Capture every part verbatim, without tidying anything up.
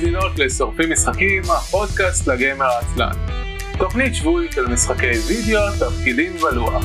מאזינות לשורפים משחקים, הפודקאסט לגיימר העצלן. תוכנית שבועית על משחקי וידאו, תפקידים ולוח.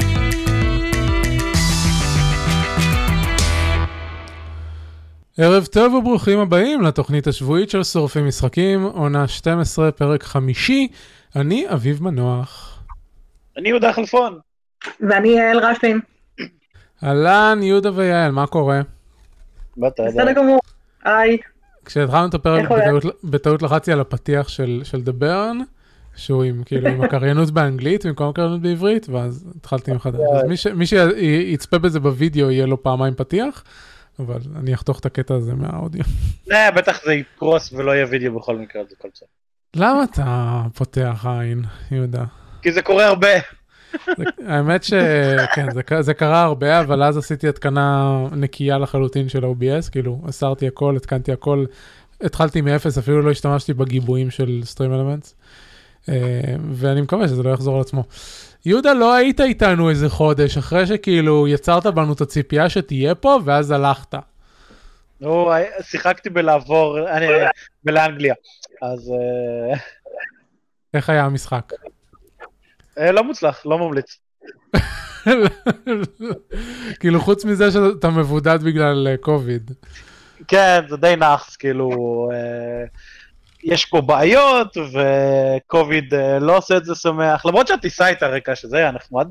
ערב טוב וברוכים הבאים לתוכנית השבועית של שורפים משחקים, עונה שתים עשרה, פרק חמישי. אני אביב מנוח. אני יהודה חלפון. ואני יעל רשלין. אהלן יהודה ויעל, מה קורה? בסדר גמור, היי. כשהתחלנו את הפרק בטעות, בטעות לחצתי על הפתיח של, של The Burn, שהוא עם, כאילו, עם הקריינות באנגלית, במקום הקריינות בעברית, ואז התחלתי עם חדש. אז מי, ש, מי שיצפה בזה בווידאו יהיה לו פעמיים פתיח, אבל אני אחתוך את הקטע הזה מהאודיו. לא, בטח זה יפרוס ולא יהיה וידאו בכל מקרה, זה כל צד. למה אתה פותח עין, יהודה? כי זה קורה הרבה. האמת שכן, זה, זה קרה הרבה, אבל אז עשיתי התקנה נקייה לחלוטין של או בי אס, כאילו, הסרתי הכל, התקנתי הכל, התחלתי מאפס, אפילו לא השתמשתי בגיבויים של Stream Elements, ואני מקווה שזה לא יחזור על עצמו. יהודה, לא היית איתנו איזה חודש, אחרי שכאילו יצרת בנו את הציפייה שתהיה פה, ואז הלכת. נו, שיחקתי בלעבור, אני, בלאנגליה, אז... איך היה המשחק? לא מוצלח, לא ממליץ. כאילו חוץ מזה שאתה מבודד בגלל קוביד. כן, זה די נחס, כאילו, יש פה בעיות, וקוביד לא עושה את זה שמח, למרות שהטיסה הייתה ריקה, שזה היה נחמד.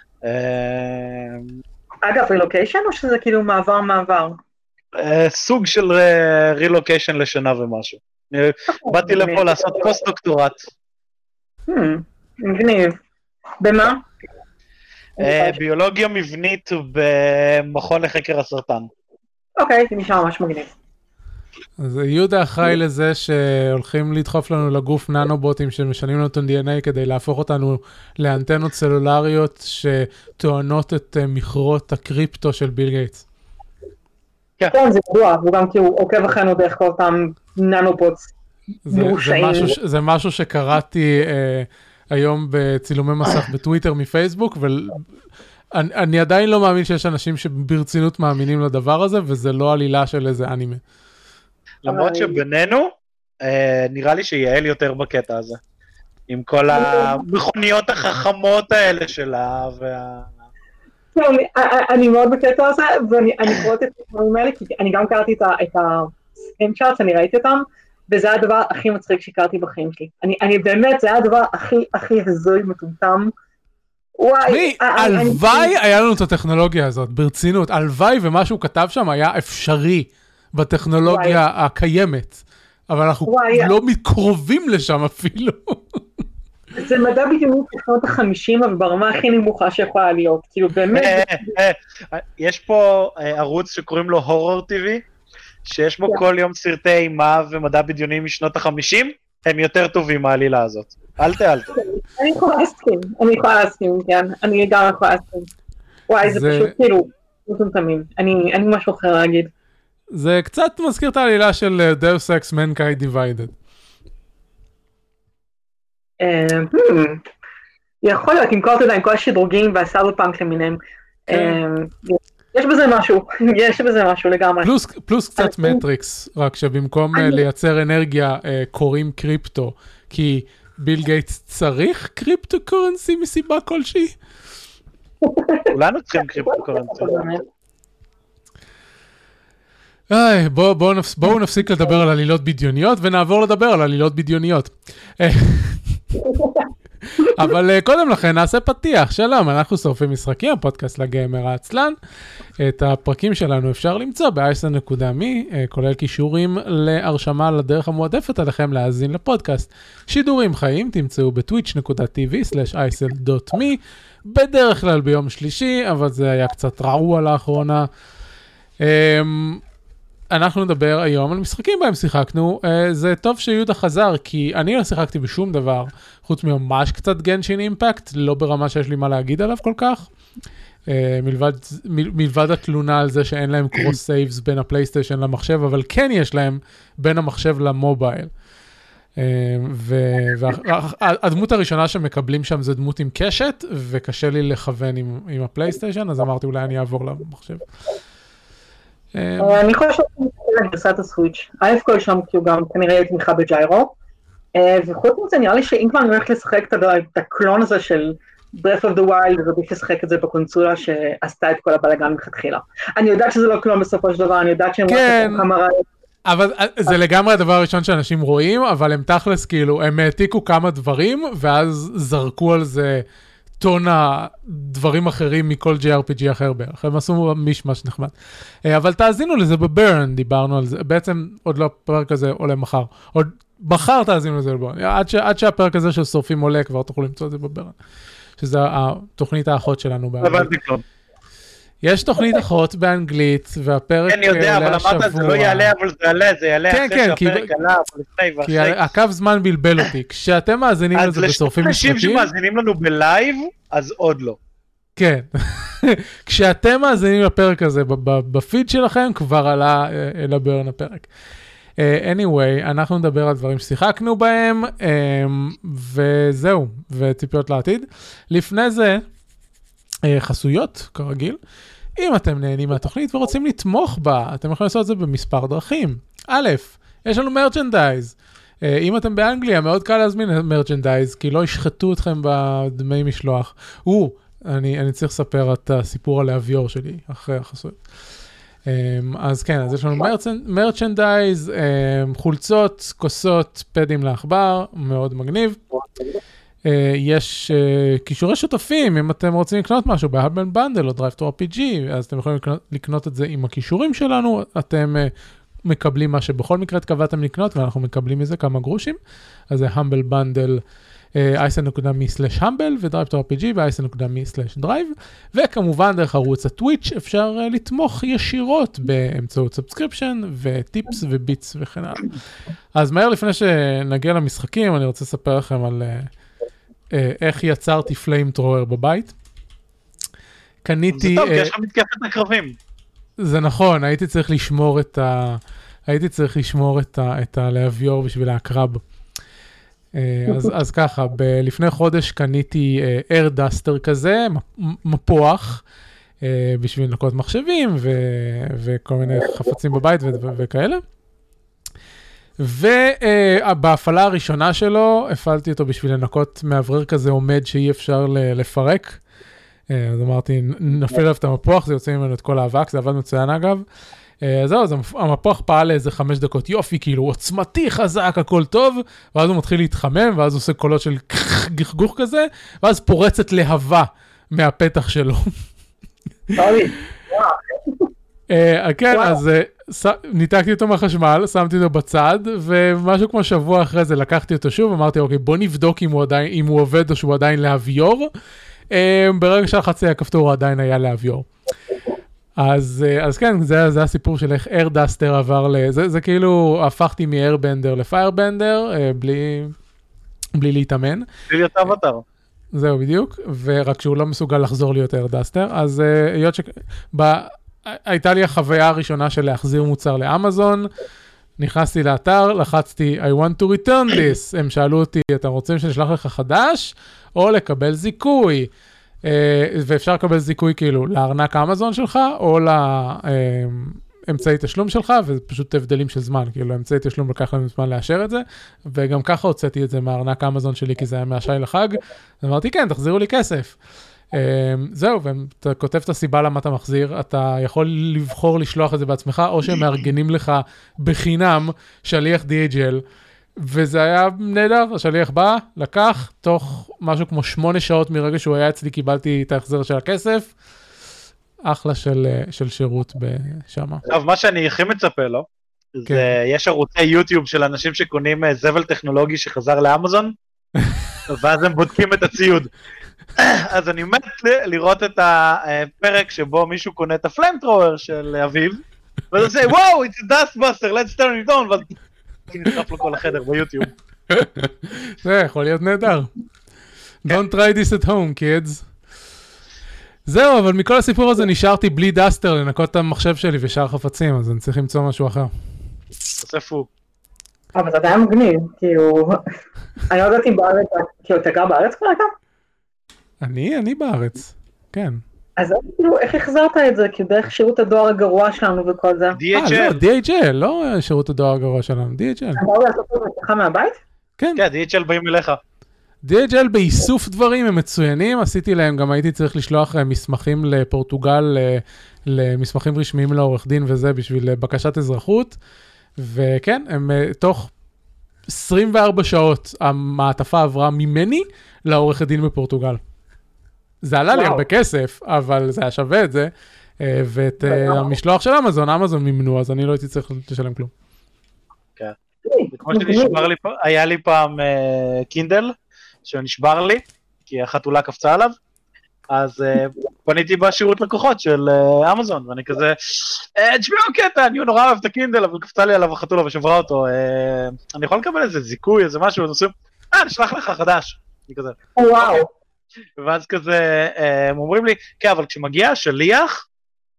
אגב, רילוקיישן או שזה כאילו מעבר מעבר? סוג של רילוקיישן לשנה ומשהו. באתי לפה לעשות פוסט-דוקטורט. מגניב. במה? ביולוגיה מבנית במכון לחקר הסרטן. אוקיי, זה נשמע ממש מגניב. אז יהודה אחראי לזה שהולכים לדחוף לנו לגוף ננובוטים שמשנים לנו את ה-די אן איי כדי להפוך אותנו לאנטנות סלולריות שטוענות את מכרות הקריפטו של ביל גייטס. כן, זה ידוע, הוא גם כאילו עוקב אחרינו דרך כל אותם ננובוטס מורשעים. זה משהו שקראתי היום בצילומי מסך בטוויטר מפייסבוק, ואני עדיין לא מאמין שיש אנשים שברצינות מאמינים לדבר הזה, וזה לא עלילה של איזה אנימה. למרות שבינינו, נראה לי שיעל יותר בקטע הזה. עם כל המכוניות החכמות האלה שלה, וה... אני מאוד בקטע הזה, ואני קוראת את הדברים האלה, כי אני גם קראתי את הסקרינצ'ארטס, אני ראיתי אותם, וזה היה הדבר הכי מצחיק שהכרתי בחיים שלי. אני באמת, זה היה הדבר הכי הכי הזוי מטומטם. מי, הלוואי היה לנו את הטכנולוגיה הזאת, ברצינות, הלוואי ומה שהוא כתב שם היה אפשרי בטכנולוגיה הקיימת, אבל אנחנו לא מתקרובים לשם אפילו. זה מדע בדיוק בשנות החמישים, אבל ברמה הכי נמוכה שיכולה להיות, כאילו באמת... יש פה ערוץ שקוראים לו הורור טיווי, שיש בו כל יום סרטי אימה ומדע בדיוני משנות החמישים, הם יותר טובים מהעלילה הזאת. אל תאלת. אני יכולה להסכים, אני יכולה להסכים, כן. אני גם יכולה להסכים. וואי, זה פשוט כאילו, מטומטמים. אני משהו אחר להגיד. זה קצת מזכיר את העלילה של Deus Ex Mankind Divided. יכול להיות, עם כל אתה יודע, עם כל השדרוגים והסאברפאנק למיניהם. יש בזה משהו, יש בזה משהו לגמרי. פלוס, פלוס קצת מטריקס, רק שבמקום לייצר אנרגיה קוראים קריפטו, כי ביל גייטס צריך קריפטו קורנסי מסיבה כלשהי? כולנו צריכים קריפטו קורנסי. איי, בואו בוא נפס, בוא נפסיק לדבר על עלילות בדיוניות, ונעבור לדבר על עלילות בדיוניות. אבל קודם לכן נעשה פתיח. שלום, אנחנו שורפים משחקים, הפודקאסט לגיימר העצלן. את הפרקים שלנו אפשר למצוא ב-אייסל נקודה מי, כולל קישורים להרשמה לדרך המועדפת עליכם להאזין לפודקאסט. שידורים חיים תמצאו ב-טוויץ' נקודה טי וי סלש אייסל דוט מי, בדרך כלל ביום שלישי, אבל זה היה קצת רעוע לאחרונה. אנחנו נדבר היום על משחקים בהם שיחקנו. זה טוב שיהודה חזר, כי אני לא שיחקתי בשום דבר, חוץ ממש קצת גנשין אימפקט, לא ברמה שיש לי מה להגיד עליו כל כך. מלבד, מלבד התלונה על זה שאין להם קרוס סייבס בין הפלייסטיישן למחשב, אבל כן יש להם בין המחשב למובייל. והדמות הראשונה שמקבלים שם זה דמות עם קשת, וקשה לי לכוון עם, עם הפלייסטיישן, אז אמרתי אולי אני אעבור למחשב. אני חושבת לגרסת הסוויץ'. א' כל שם כי הוא גם כנראה יהיה תמיכה בג'יירו, וחוץ מזה נראה לי שאם כבר אני הולכת לשחק את הקלון הזה של Breath of the Wild, ובאמת לשחק את זה בקונסולה שעשתה את כל הבלגן מתחילה. אני יודעת שזה לא כלום בסופו של דבר, אני יודעת שהם כן. רואים כמה רעי. אבל זה לגמרי הדבר הראשון שאנשים רואים, אבל הם תכלס כאילו, הם העתיקו כמה דברים, ואז זרקו על זה טונה דברים אחרים מכל ג'יי אר פי ג'י אחר בערך. הם עשו מישמש נחמד. אבל תאזינו לזה בברן, דיברנו על זה. בעצם עוד לא הפרק הזה עולה מחר. עוד מחר תאזינו לזה בברן. עד, ש, עד שהפרק הזה של שורפים עולה, כבר תוכלו למצוא את זה בברן. שזה התוכנית האחות שלנו באנגלית. יש תוכנית אחות באנגלית, והפרק אני יודע, אבל אמרת, זה לא יעלה, אבל זה יעלה, זה יעלה אחרי שהפרק עלה, אבל לפני ואחרי. כי הקו זמן בלבל אותי. כשאתם מאזינים לזה בשורפים משחקים... אז לשני אנשים שמאזינים לנו בלייב, אז עוד לא. כן. כשאתם מאזינים לפרק הזה, בפיד שלכם, כבר עלה לברן הפרק. anyway, אנחנו נדבר על דברים ששיחקנו בהם, וזהו, וציפיות לעתיד. לפני זה, חסויות, כרגיל. אם אתם נהנים מהתוכנית ורוצים לתמוך בה, אתם יכולים לעשות את זה במספר דרכים. א', יש לנו מרצ'נדייז. אם אתם באנגליה, מאוד קל להזמין מרצ'נדייז, כי לא ישחטו אתכם בדמי משלוח. הוא, אני, אני צריך לספר את הסיפור על האביור שלי, אחרי החסויות. אז כן, אז יש לנו מרצ'נדייז, חולצות, כוסות, פדים לעכבר, מאוד מגניב. יש קישורי שותפים, אם אתם רוצים לקנות משהו בהאבל בנדל או דרייב-טו אר פי ג'י, אז אתם יכולים לקנות את זה עם הקישורים שלנו, אתם מקבלים מה שבכל מקרה התקבעתם לקנות, ואנחנו מקבלים מזה כמה גרושים, אז זה המבל בנדל, אייסן נקודה מי סלש המבל ודרייב-טו אר פי ג'י ו-אייסן נקודה מי סלש דרייב, וכמובן דרך ערוץ הטוויץ' אפשר לתמוך ישירות באמצעות סאבסקריפשן וטיפס וביטס וכן הלאה. אז מהר לפני שנגיע למשחקים, אני רוצה לספר לכם על איך יצרתי פליים ת'רואר בבית. קניתי... זה טוב, כי יש לך מתקפת הקרבים. זה נכון, הייתי צריך לשמור את ה... הייתי צריך לשמור את ה... את הלהביור בשביל הקרב. אז, אז ככה, ב- לפני חודש קניתי אר דאסטר כזה, מפוח, בשביל לנקות מחשבים ו- וכל מיני חפצים בבית ו- ו- וכאלה. ובהפעלה הראשונה שלו, הפעלתי אותו בשביל לנקות מאוורר כזה עומד שאי אפשר לפרק. אז אמרתי, נפעיל עליו את המפוח, זה יוצא ממנו את כל האבק, זה עבד מצוין אגב. אז זהו, אז המפוח פעל לאיזה חמש דקות יופי, כאילו עוצמתי, חזק, הכל טוב, ואז הוא מתחיל להתחמם, ואז הוא עושה קולות של גחגוך כזה, ואז פורצת להבה מהפתח שלו. כן, אז ניתקתי אותו מהחשמל, שמתי אותו בצד, ומשהו כמו שבוע אחרי זה לקחתי אותו שוב, אמרתי, אוקיי, בוא נבדוק אם הוא עובד או שהוא עדיין להביור. ברגע שלחצי הכפתור הוא עדיין היה להביור. אז, אז כן, זה, זה הסיפור של איך אר דאסטר עבר ל... זה, זה כאילו, הפכתי מאיירבנדר לפיירבנדר, בלי, בלי להתאמן. בלי להיות אבטר. זהו בדיוק, ורק שהוא לא מסוגל לחזור להיות אר דאסטר, אז היות ש... ב... הייתה לי החוויה הראשונה של להחזיר מוצר לאמזון, נכנסתי לאתר, לחצתי, I want to return this, הם שאלו אותי, אתם רוצים שנשלח לך חדש, או לקבל זיכוי, ואפשר לקבל זיכוי כאילו לארנק האמזון שלך, או לאמצעי תשלום שלך, וזה פשוט הבדלים של זמן, כאילו אמצעי תשלום לקח לנו זמן לאשר את זה, וגם ככה הוצאתי את זה מהארנק האמזון שלי, כי זה היה מהשי לחג, אמרתי כן, תחזירו לי כסף. זהו, ואתה כותב את הסיבה למה אתה מחזיר, אתה יכול לבחור לשלוח את זה בעצמך, או שהם מארגנים לך בחינם שליח די אייץ' אל, וזה היה נהדר, השליח בא, לקח, תוך משהו כמו שמונה שעות מרגע שהוא היה אצלי, קיבלתי את ההחזר של הכסף, אחלה של, של שירות בשמה. עכשיו, מה שאני הכי מצפה לו, כן. זה יש ערוצי יוטיוב של אנשים שקונים זבל טכנולוגי שחזר לאמזון, ואז הם בודקים את הציוד. אז אני מת לראות את הפרק שבו מישהו קונה את הפליימת'רואר של אביב, ואז הוא עושה, וואו, it's a dust buster, let's turn it on, ואז נשרף לו כל החדר ביוטיוב. זה יכול להיות נהדר. Don't try this at home, kids. זהו, אבל מכל הסיפור הזה נשארתי בלי דאסטר לנקות את המחשב שלי ושאר חפצים, אז אני צריך למצוא משהו אחר. תוספו. אבל זה היה מגניב, כאילו, אני לא יודעת אם בארץ, כאילו, אתה גר בארץ כבר אתה? אני, אני בארץ, כן. אז כאילו, איך החזרת את זה? כי דרך שירות הדואר הגרוע שלנו וכל זה. די אייץ' אה, אל. לא, די אייץ' אל, לא שירות הדואר הגרוע שלנו, די אייץ' אל. אתה יכול לעשות את זה אצלך מהבית? כן. כן, די אייץ' אל באים אליך. די אייץ' אל באיסוף דברים הם מצוינים, עשיתי להם, גם הייתי צריך לשלוח מסמכים לפורטוגל, למסמכים רשמיים לעורך דין וזה, בשביל בקשת אזרחות, וכן, הם תוך עשרים וארבע שעות המעטפה עברה ממני לעורך הדין בפורטוגל. זה עלה לי הרבה כסף, אבל זה היה שווה את זה, ואת המשלוח של אמזון, אמזון מימנו, אז אני לא הייתי צריך לשלם כלום. כן. כמו שנשבר לי, היה לי פעם קינדל, שנשבר לי, כי החתולה קפצה עליו, אז פניתי בשירות לקוחות של אמזון, ואני כזה, תשמעו קטע, אני נורא אוהב את הקינדל, אבל קפצה לי עליו החתולה ושברה אותו, אני יכול לקבל איזה זיכוי, איזה משהו, ואני עושה, אה, נשלח לך חדש, אני כזה. וואו. ואז כזה, הם אומרים לי, כן, אבל כשמגיע השליח,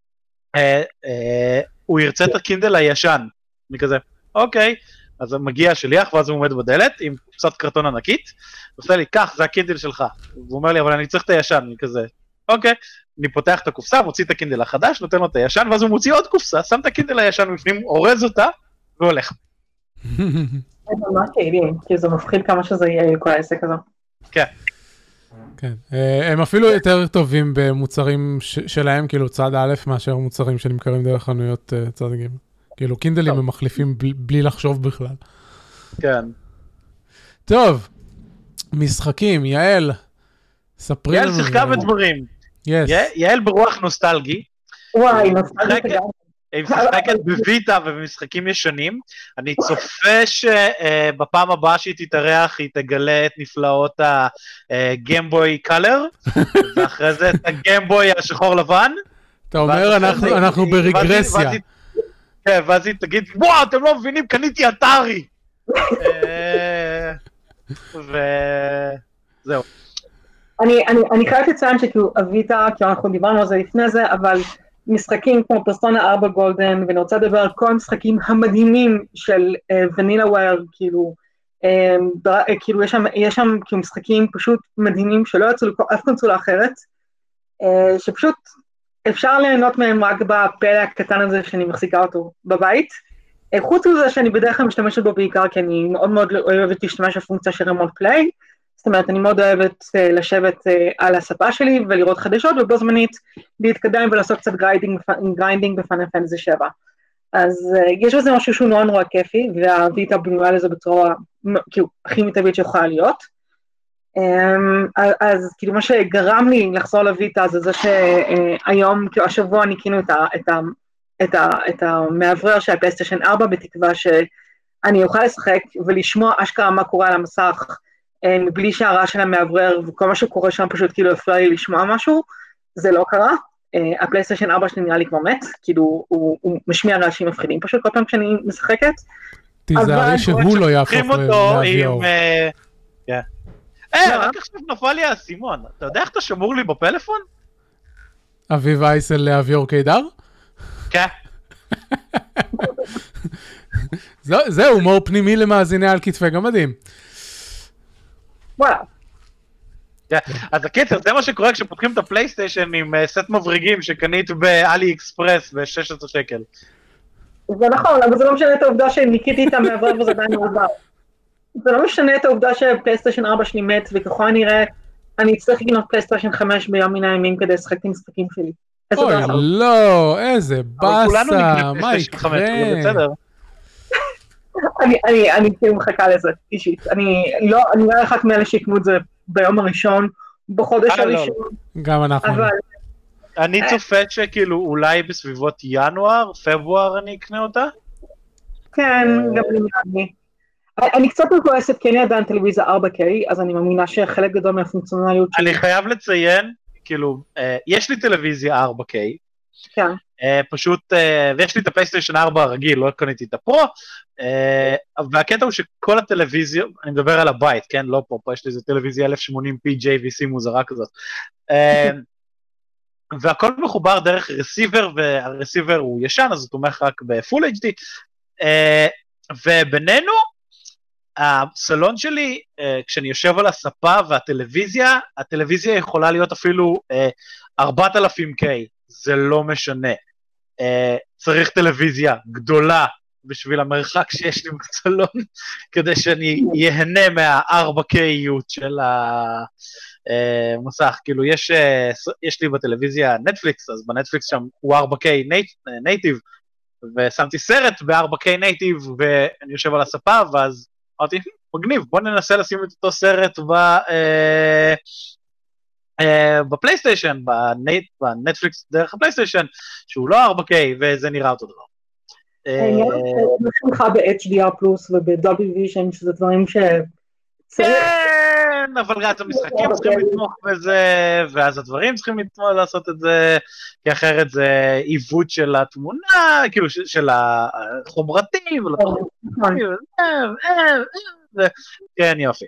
הוא ירצה את הקינדל הישן, אני כזה, אוקיי, אז מגיע השליח, ואז הוא עומד בדלת, עם קצת קרטון ענקית, הוא עושה לי, קח, זה הקינדל שלך. והוא אומר לי, אבל אני צריך את הישן, אני כזה, אוקיי, אני פותח את הקופסה, מוציא את הקינדל החדש, נותן לו את הישן, ואז הוא מוציא עוד קופסה, שם את הקינדל הישן בפנים, אורז אותה, והולך. זה ממש יעילים, כי זה מפחיד כמה שזה יהיה כל העסק הזה. כן. כן, הם אפילו יותר טובים במוצרים שלהם, כאילו צד א', מאשר מוצרים שנמכרים דרך חנויות צד ג'. כאילו קינדלים הם מחליפים בלי לחשוב בכלל. כן. טוב, משחקים, יעל, ספרי לנו. יעל שיחקה בדברים. Yes. יעל ברוח נוסטלגי. וואי, נוסטלגי. היא משחקת בויטה ובמשחקים ישנים. אני צופה שבפעם הבאה שהיא תתארח, היא תגלה את נפלאות הגיימבוי קלר, ואחרי זה את הגיימבוי השחור לבן. אתה אומר, אנחנו ברגרסיה. כן, ואז היא תגיד, וואו, אתם לא מבינים, קניתי אתרי. וזהו. אני חייבת לציין שכאילו אביטה, כי אנחנו דיברנו על זה לפני זה, אבל משחקים כמו פרסונה ארבע גולדן, ואני רוצה לדבר על כל המשחקים המדהימים של ונילה וויר, כאילו, כאילו יש שם, יש שם כאילו משחקים פשוט מדהימים, שלא יצאו אף קונסולה אחרת, שפשוט אפשר ליהנות מהם רק בפלא הקטן הזה שאני מחזיקה אותו בבית, חוץ מזה שאני בדרך כלל משתמשת בו בעיקר, כי אני מאוד מאוד אוהבת להשתמש בפונקציה של רימוט פליי, זאת אומרת, אני מאוד אוהבת uh, לשבת uh, על הספה שלי ולראות חדשות, ובו זמנית להתקדם ולעשות קצת גריינדינג בפאנל פנטזי שבע. אז uh, יש בזה משהו שהוא נורא נורא כיפי, והוויטה בנויה לזה בצורה כאילו, הכי מיטבית שיכולה להיות. Um, אז כאילו מה שגרם לי לחזור לוויטה זה זה שהיום, כאילו השבוע ניקינו את, ה, את, ה, את, ה, את המעברר של הפלייסטיישן ארבע, בתקווה שאני אוכל לשחק ולשמוע אשכרה מה קורה על המסך, מבלי שהרעש של המעברר וכל מה שקורה שם פשוט כאילו הפריע לי לשמוע משהו, זה לא קרה. הפלייסטיישן ארבע שלי נראה לי כבר מת, כאילו הוא משמיע רעשים מפחידים פשוט כל פעם שאני משחקת. תיזהרי שהוא לא יהפוך לאוויור. אה, רק עכשיו נפל לי האסימון, אתה יודע איך אתה שמור לי בפלאפון? אביב אייסל לאוויור קידר? כן. זהו, הומור פנימי למאזיני על כתפי גמדים. וואו. אז הקיצר, זה מה שקורה כשפותחים את הפלייסטיישן עם סט מבריגים שקנית באלי אקספרס ב-שש עשרה שקל. זה נכון, אבל זה לא משנה את העובדה שניקיתי את המעברר וזה עדיין מעבר. זה לא משנה את העובדה שפלייסטיישן ארבע שלי מת, וככל הנראה אני אצטרך לקנות פלייסטיישן חמש ביום מן הימים כדי לשחק עם משחקים שלי. אוי לא, איזה באסה, מה יקרה? אני כאילו מחכה לזה, אישית. אני לא אחת מאלה שיקנו את זה ביום הראשון, בחודש הראשון. גם אנחנו. אני צופה שכאילו אולי בסביבות ינואר, פברואר אני אקנה אותה? כן, גם אני. אני קצת מבואסת, כי אני עדיין טלוויזיה ארבע קיי, אז אני מאמינה שחלק גדול מהפונקציונליות שלי. אני חייב לציין, כאילו, יש לי טלוויזיה ארבע קיי, כן. פשוט, ויש לי את הפלייסטיישן ארבע הרגיל, לא קניתי את הפרו, והקטע הוא שכל הטלוויזיה, אני מדבר על הבית, כן, לא פה, פה יש לי איזה טלוויזיה אלף שמונים פי ג'יי וי סי מוזרה כזאת, והכל מחובר דרך רסיבר, והרסיבר הוא ישן, אז הוא תומך רק בפול אייץ' די, ובינינו, הסלון שלי, כשאני יושב על הספה והטלוויזיה, הטלוויזיה יכולה להיות אפילו ארבעת אלפים קיי, זה לא משנה. צריך טלוויזיה גדולה בשביל המרחק שיש לי בסלון, כדי שאני יהנה מה-ארבע קיי-יות של המסך. כאילו, יש, יש לי בטלוויזיה נטפליקס, אז בנטפליקס שם הוא ארבע קיי נייטיב, ושמתי סרט ב-ארבע קיי נייטיב, ואני יושב על הספה, ואז אמרתי, מגניב, בוא ננסה לשים את אותו סרט ב... בפלייסטיישן, בנטפליקס דרך הפלייסטיישן, שהוא לא ארבע קיי, וזה נראה אותו דבר. העניין שלך ב-אייץ' די אר פלוס וב-דולבי ויז'ן, שזה דברים ש... כן, אבל גם המשחקים צריכים לתמוך בזה, ואז הדברים צריכים לעשות את זה, כי אחרת זה עיוות של התמונה, כאילו של החומרתי, כן, יופי.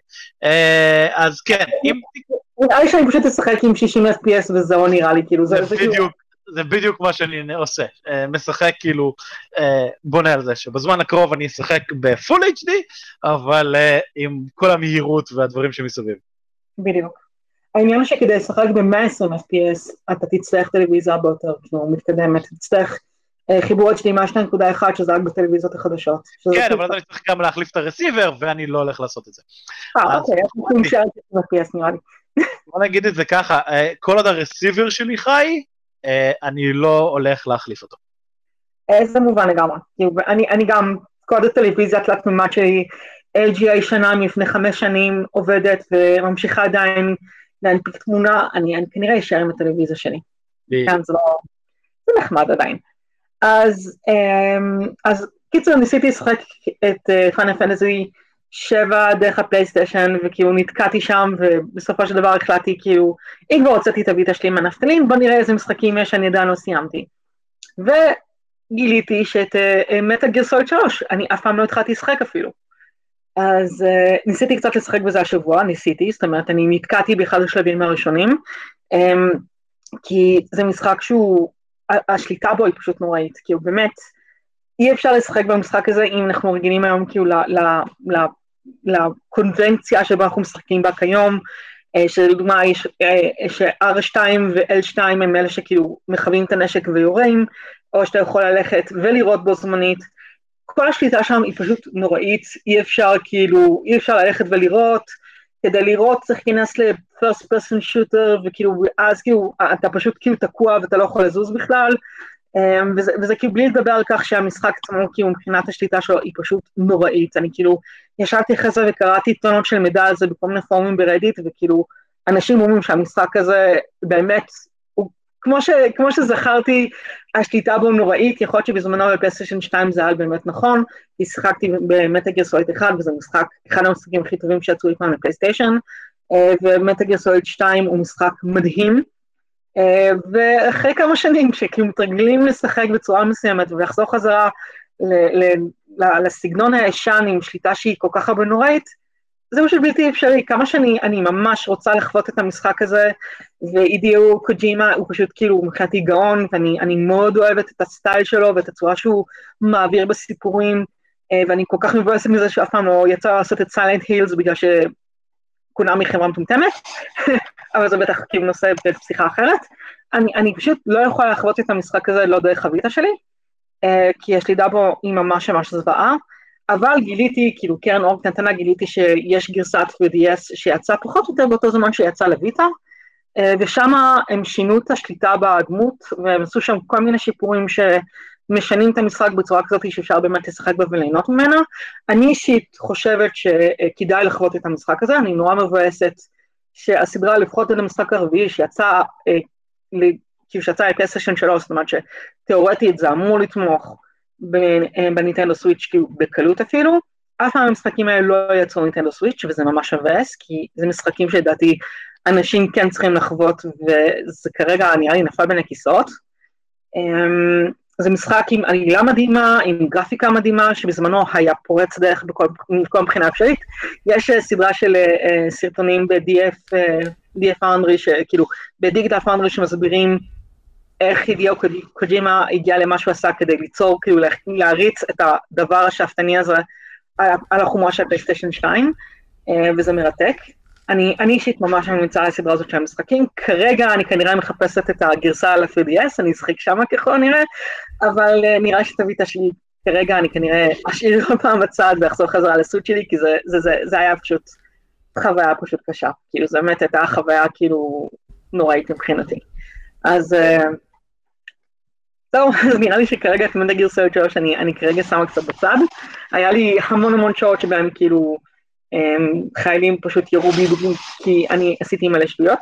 אז כן, אם... נראה לי שאני פשוט אשחק עם שישים אף פי אס וזהו נראה לי, כאילו, זה בדיוק. זה בדיוק מה שאני עושה, משחק כאילו, בונה על זה, שבזמן הקרוב אני אשחק בפול אייץ' די, אבל עם כל המהירות והדברים שמסביב. בדיוק. העניין הוא שכדי לשחק ב-מאה ועשרים אף פי אס, אתה תצטרך טלוויזיה הרבה יותר, כאילו, מתקדמת, תצטרך חיבור אייץ' די אם איי שתיים נקודה אחת, שזה רק בטלוויזיות החדשות. כן, אבל אני צריך גם להחליף את הרסיבר, ואני לא הולך לעשות את זה. אה, אוקיי, יש חוקים של אף פי אס נראה לי. בוא נגיד את זה ככה, כל עוד הרסיבר שלי חי, אני לא הולך להחליף אותו. זה מובן לגמרי. אני גם, קוד הטלוויזיה תלת מימד שלי, אל ג'י איי שנה מלפני חמש שנים עובדת וממשיכה עדיין להנפיק תמונה, אני כנראה אשאר עם הטלוויזיה שלי. כן, זה לא, זה נחמד עדיין. אז, אז קיצור, ניסיתי לשחק את פיינל פנטזי שבע דרך הפלייסטיישן, וכאילו נתקעתי שם, ובסופו של דבר החלטתי, כאילו, אם כבר הוצאתי את הביטה שלי מהנפטלין, בוא נראה איזה משחקים יש, אני עדיין לא סיימתי. וגיליתי שאת מטה גיר סוליד שלוש, אני אף פעם לא התחלתי לשחק אפילו. אז uh, ניסיתי קצת לשחק בזה השבוע, ניסיתי, זאת אומרת, אני נתקעתי באחד השלבים הראשונים, um, כי זה משחק שהוא, השליטה בו היא פשוט נוראית, כאילו באמת, אי אפשר לשחק במשחק הזה אם אנחנו רגילים היום כאילו ל... ל, ל לקונבנציה שבה אנחנו משחקים בה כיום, שלדוגמה יש ש-אר שתיים ו-אל שתיים הם אלה שכאילו מכוונים את הנשק ויורים, או שאתה יכול ללכת ולראות בו זמנית, כל השליטה שם היא פשוט נוראית, אי אפשר כאילו, אי אפשר ללכת ולראות, כדי לראות צריך להיכנס ל-first person shooter, וכאילו אז כאילו אתה פשוט כאילו תקוע ואתה לא יכול לזוז בכלל, וזה, וזה כאילו בלי לדבר על כך שהמשחק עצמו, כאילו מבחינת השליטה שלו היא פשוט נוראית, אני כאילו ישבתי אחרי זה וקראתי טונות של מידע על זה בכל מיני פורומים ברדיט, וכאילו אנשים אומרים שהמשחק הזה באמת, הוא, כמו, ש, כמו שזכרתי, השליטה בו נוראית, יכול להיות שבזמנו בפלייסטיישן שתיים זה היה באמת נכון, כי שיחקתי במטל גיר סוליד אחד, וזה משחק, אחד המשחקים הכי טובים שיצאו לי פעם לפלייסטיישן, ומטל גיר סוליד שתיים הוא משחק מדהים, Uh, ואחרי כמה שנים כשכאילו מתרגלים לשחק בצורה מסוימת ולחזור חזרה ל- ל- ל- לסגנון הישן עם שליטה שהיא כל כך הרבה נוראית, זה פשוט בלתי אפשרי. כמה שאני אני ממש רוצה לחוות את המשחק הזה, ואידיו קוג'ימה הוא פשוט כאילו מבחינתי גאון, ואני אני מאוד אוהבת את הסטייל שלו ואת הצורה שהוא מעביר בסיפורים, uh, ואני כל כך מבואסת מזה שאף פעם לא יצא לעשות את סיילנט הילס בגלל ש... קונאמי חברה מטומטמת, אבל זה בטח כאילו נושא בפסיכה אחרת. אני, אני פשוט לא יכולה לחוות את המשחק הזה לא דרך הביטה שלי, כי השליטה בו היא ממש ממש זוועה, אבל גיליתי, כאילו קרן אור קטנטנה, גיליתי שיש גרסת פרי די אס שיצא פחות או יותר באותו זמן שיצא לביטה, ושם הם שינו את השליטה בדמות, והם עשו שם כל מיני שיפורים ש... משנים את המשחק בצורה כזאת שאפשר באמת לשחק בה וליהנות ממנה. אני אישית חושבת שכדאי לחוות את המשחק הזה, אני נורא מבואסת שהסדרה לפחות את המשחק הרביעי שיצא, כאילו שיצא לפלייסטיישן שלוש, זאת אומרת שתיאורטית זה אמור לתמוך בניטנדו סוויץ' כאילו בקלות אפילו, אף פעם המשחקים האלה לא יצאו ניטנדו סוויץ' וזה ממש מבאס, כי זה משחקים שלדעתי אנשים כן צריכים לחוות, וזה כרגע נראה לי נפל בין הכיסאות. זה משחק עם עלילה מדהימה, עם גרפיקה מדהימה, שבזמנו היה פורץ דרך בכל, בכל מבחינה אפשרית. יש סדרה של uh, סרטונים ב-די אף, uh, די אף Foundry, שכאילו, בדיגיטל Foundry שמסבירים איך הידיו קוג'ימה הגיע למה שהוא עשה כדי ליצור, כאילו להריץ את הדבר השאפתני הזה על החומרה של פלייסטיישן שתיים, וזה מרתק. אני אישית ממש ממליצה על הסדרה הזאת של המשחקים, כרגע אני כנראה מחפשת את הגרסה על ה-פרי די אס, אני אשחק שמה ככל נראה, אבל נראה שתוויתה שלי, כרגע אני כנראה אשאיר אותה בצד ואחזור חזרה לסוט שלי, כי זה, זה, זה, זה היה פשוט חוויה פשוט קשה, כאילו זה באמת הייתה חוויה כאילו נוראית מבחינתי. אז זהו, אז נראה לי שכרגע את מנדה גרסאות שלו שאני אני כרגע שמה קצת בצד, היה לי המון המון שעות שבהם כאילו חיילים פשוט ירו בי כי אני עשיתי מלא שטויות,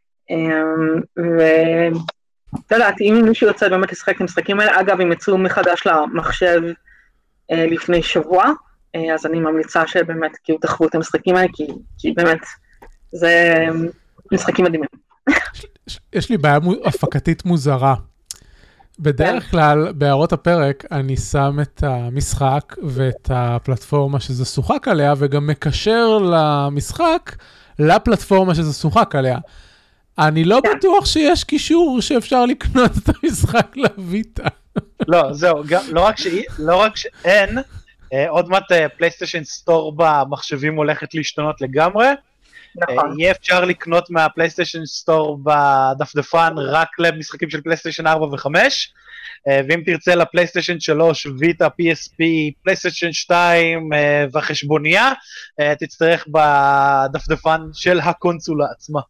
ואתה יודעת, אם מישהו יוצא באמת לשחק את המשחקים האלה, אגב, הם יצאו מחדש למחשב לפני שבוע, אז אני ממליצה שבאמת כאילו תחוו את המשחקים האלה, כי, כי באמת זה משחקים מדהימים. יש לי בעיה הפקתית מוזרה. בדרך כלל, בהערות הפרק, אני שם את המשחק ואת הפלטפורמה שזה שוחק עליה, וגם מקשר למשחק לפלטפורמה שזה שוחק עליה. אני לא בטוח שיש קישור שאפשר לקנות את המשחק לויטה. לא, זהו, לא רק שאין, עוד מעט פלייסטיישן סטור במחשבים הולכת להשתנות לגמרי, יהיה אפשר לקנות מהפלייסטיישן סטור בדפדפן רק למשחקים של פלייסטיישן ארבע וחמש, ואם תרצה לפלייסטיישן שלוש, ויטה, פי אס פי, פלייסטיישן שתיים והחשבוניה, תצטרך בדפדפן של הקונסולה עצמה.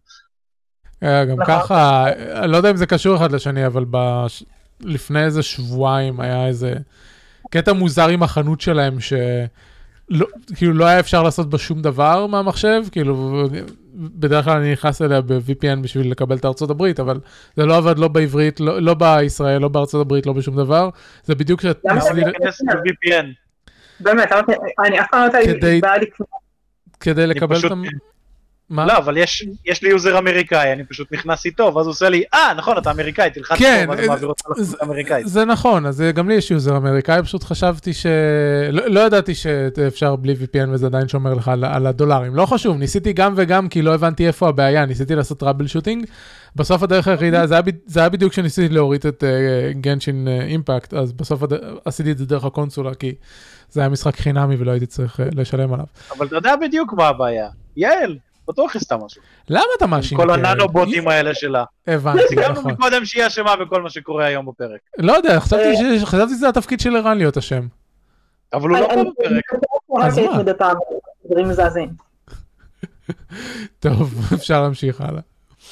גם ככה, אני לא יודע אם זה קשור אחד לשני, אבל לפני איזה שבועיים היה איזה קטע מוזר עם החנות שלהם, שכאילו לא היה אפשר לעשות בה שום דבר מהמחשב, כאילו בדרך כלל אני נכנס אליה ב-וי פי אן בשביל לקבל את ארצות הברית, אבל זה לא עבד לא בעברית, לא בישראל, לא בארצות הברית, לא בשום דבר, זה בדיוק שאת... למה זה להיכנס ב-וי פי אן? באמת, אני אף פעם לא הייתה לי... כדי לקבל את... לא, אבל יש, יש לי יוזר אמריקאי, אני פשוט נכנס איתו, ואז הוא עושה לי, אה, נכון, אתה אמריקאי, תלחץ כן, פה, ואז מעביר אותך לחנות אמריקאית. זה נכון, אז גם לי יש יוזר אמריקאי, פשוט חשבתי ש... לא, לא ידעתי שאפשר בלי וי פי אן, וזה עדיין שומר לך על, על הדולרים. לא חשוב, ניסיתי גם וגם, כי לא הבנתי איפה הבעיה, ניסיתי לעשות טראבל שוטינג, בסוף הדרך היחידה, זה, זה היה בדיוק כשניסיתי להוריד את גנשין אימפקט, אז בסוף הד... עשיתי את זה דרך הקונסולה, כי זה היה משחק חינמי ולא הייתי צריך לשלם עליו. אבל אתה יודע בדיוק מה הבעיה. יעל, בטוח עשתה משהו. למה אתה מאשים? כל הננובוטים האלה שלה. הבנתי, נכון. סיכמנו מקודם שהיא אשמה בכל מה שקורה היום בפרק. לא יודע, חשבתי שזה התפקיד של ערן להיות השם. אבל הוא לא פה בפרק. אז מה? דברים מזעזעים. טוב, אפשר להמשיך הלאה.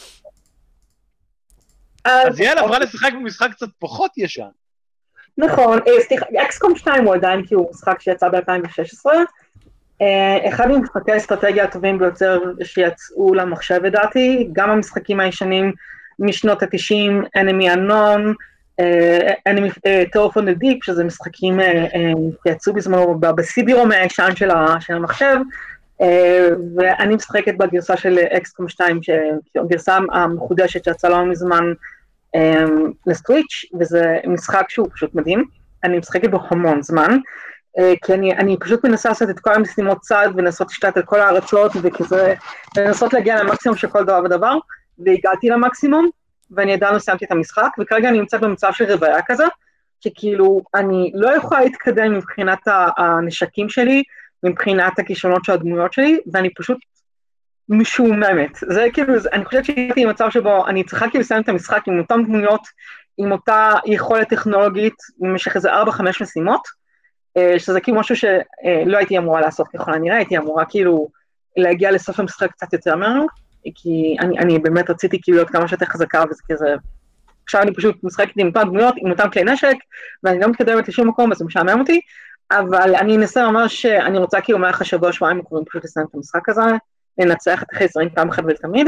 אז יאללה, עברה לשחק במשחק קצת פחות ישן. נכון, סליחה, אקסקום שתיים הוא עדיין כי הוא משחק שיצא ב-אלפיים ושש עשרה, אחד ממשחקי האסטרטגיה הטובים ביותר שיצאו למחשב לדעתי, גם המשחקים הישנים משנות ה-תשעים, Enemy Unknown, Tower from the Deep, שזה משחקים שיצאו בזמנו ב-סי די רום הישן של המחשב, ואני משחקת בגרסה של אקסקום שתיים, גרסה המחודשת שיצאה לא מזמן לסטוויץ', וזה משחק שהוא פשוט מדהים, אני משחקת בו המון זמן, כי אני, אני פשוט מנסה לעשות את כל המשימות צד, ונסות לשתת את כל הארצות, וכזה, ונסות להגיע למקסימום של כל דבר ודבר, והגעתי למקסימום, ואני עדיין לא סיימתי את המשחק, וכרגע אני נמצאת במצב של רוויה כזה, שכאילו, אני לא יכולה להתקדם מבחינת הנשקים שלי, מבחינת הכישרונות של הדמויות שלי, ואני פשוט משוממת. זה כאילו, אני חושבת שהייתי במצב שבו אני צריכה כאילו לסיים את המשחק עם אותן דמויות, עם אותה יכולת טכנולוגית, במשך איזה ארבע חמש משימות, שזה כאילו משהו שלא הייתי אמורה לעשות ככל הנראה, הייתי אמורה כאילו להגיע לסוף המשחק קצת יותר ממנו, כי אני, אני באמת רציתי כאילו להיות כמה שיותר חזקה, וזה כזה, עכשיו אני פשוט משחקת עם אותן דמויות, עם אותם כלי נשק, ואני לא מתקדמת לשום מקום, וזה משעמם אותי, אבל אני אנסה ממש, אני רוצה כאילו מהלך השבוע שבועיים הקרובים פשוט לסיים את המשחק הזה, לנצח את החייזרים פעם אחת ולתמיד,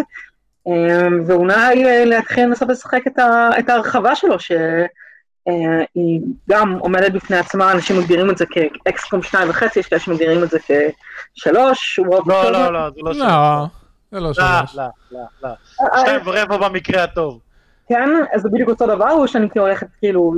ואולי להתחיל לנסות לשחק את, ה, את ההרחבה שלו, ש... היא גם עומדת בפני עצמה, אנשים מגדירים את זה כאקסקום שניים וחצי, יש כאלה שמגדירים את זה כשלוש. לא, לא, לא, זה לא שלוש. זה לא שלוש. לא, לא, לא. שתיים ורבע במקרה הטוב. כן, אז זה בדיוק אותו דבר, או שאני כאילו הולכת כאילו...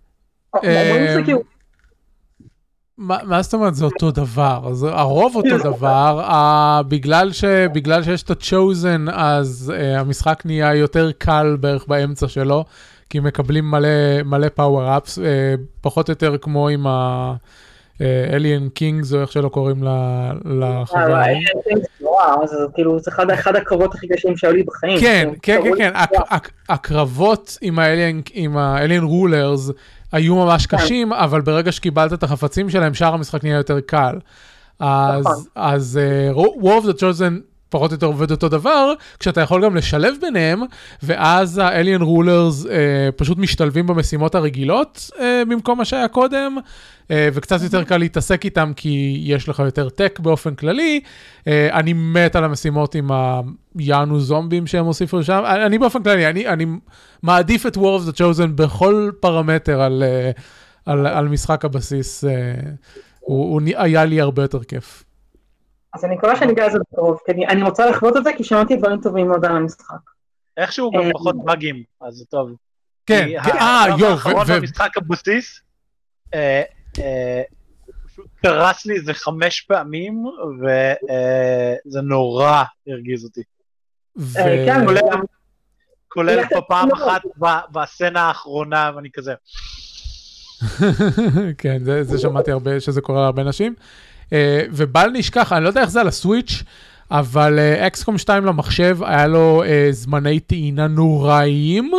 מה זאת אומרת זה אותו דבר? הרוב אותו דבר, בגלל שיש את ה-chosen, אז המשחק נהיה יותר קל בערך באמצע שלו, כי מקבלים מלא, מלא פאוור-אפס, פחות או יותר כמו עם, ה, אליאן קינגס, או איך שלא קוראים לחברה. וואו, זה כאילו, זה אחד הקרבות הכי קשים שהיו לי בחיים. כן, כן, כן, הקרבות עם האליאן רולרס היו ממש קשים, אבל ברגע שקיבלת את החפצים שלהם, שאר המשחק נהיה יותר קל. אז War of the Chosen פחות או יותר עובד אותו דבר, כשאתה יכול גם לשלב ביניהם, ואז ה-Alien Rulers אה, פשוט משתלבים במשימות הרגילות, אה, במקום מה שהיה קודם, אה, וקצת יותר קל להתעסק איתם, כי יש לך יותר טק באופן כללי. אה, אני מת על המשימות עם היאנו זומבים שהם הוסיפו שם. אני, אני באופן כללי, אני, אני מעדיף את War of the Chosen בכל פרמטר על, אה, על, על משחק הבסיס. אה, הוא, הוא היה לי הרבה יותר כיף. אז אני מקווה שאני אגע על זה בקרוב, כי אני, אני רוצה לחוות את זה, כי שמעתי דברים טובים מאוד על המשחק. איכשהו גם פחות באגים, אז זה טוב. כן, אה, יו. האחרון במשחק הבסיס, פשוט קרס לי איזה חמש פעמים, וזה נורא הרגיז אותי. כולל פעם אחת בסצנה האחרונה, ואני כזה. כן, זה שמעתי הרבה, שזה קורה להרבה נשים. ובל נשכח, אני לא יודע איך זה על הסוויץ', אבל אקסקום שתיים למחשב היה לו זמני טעינה נוראיים,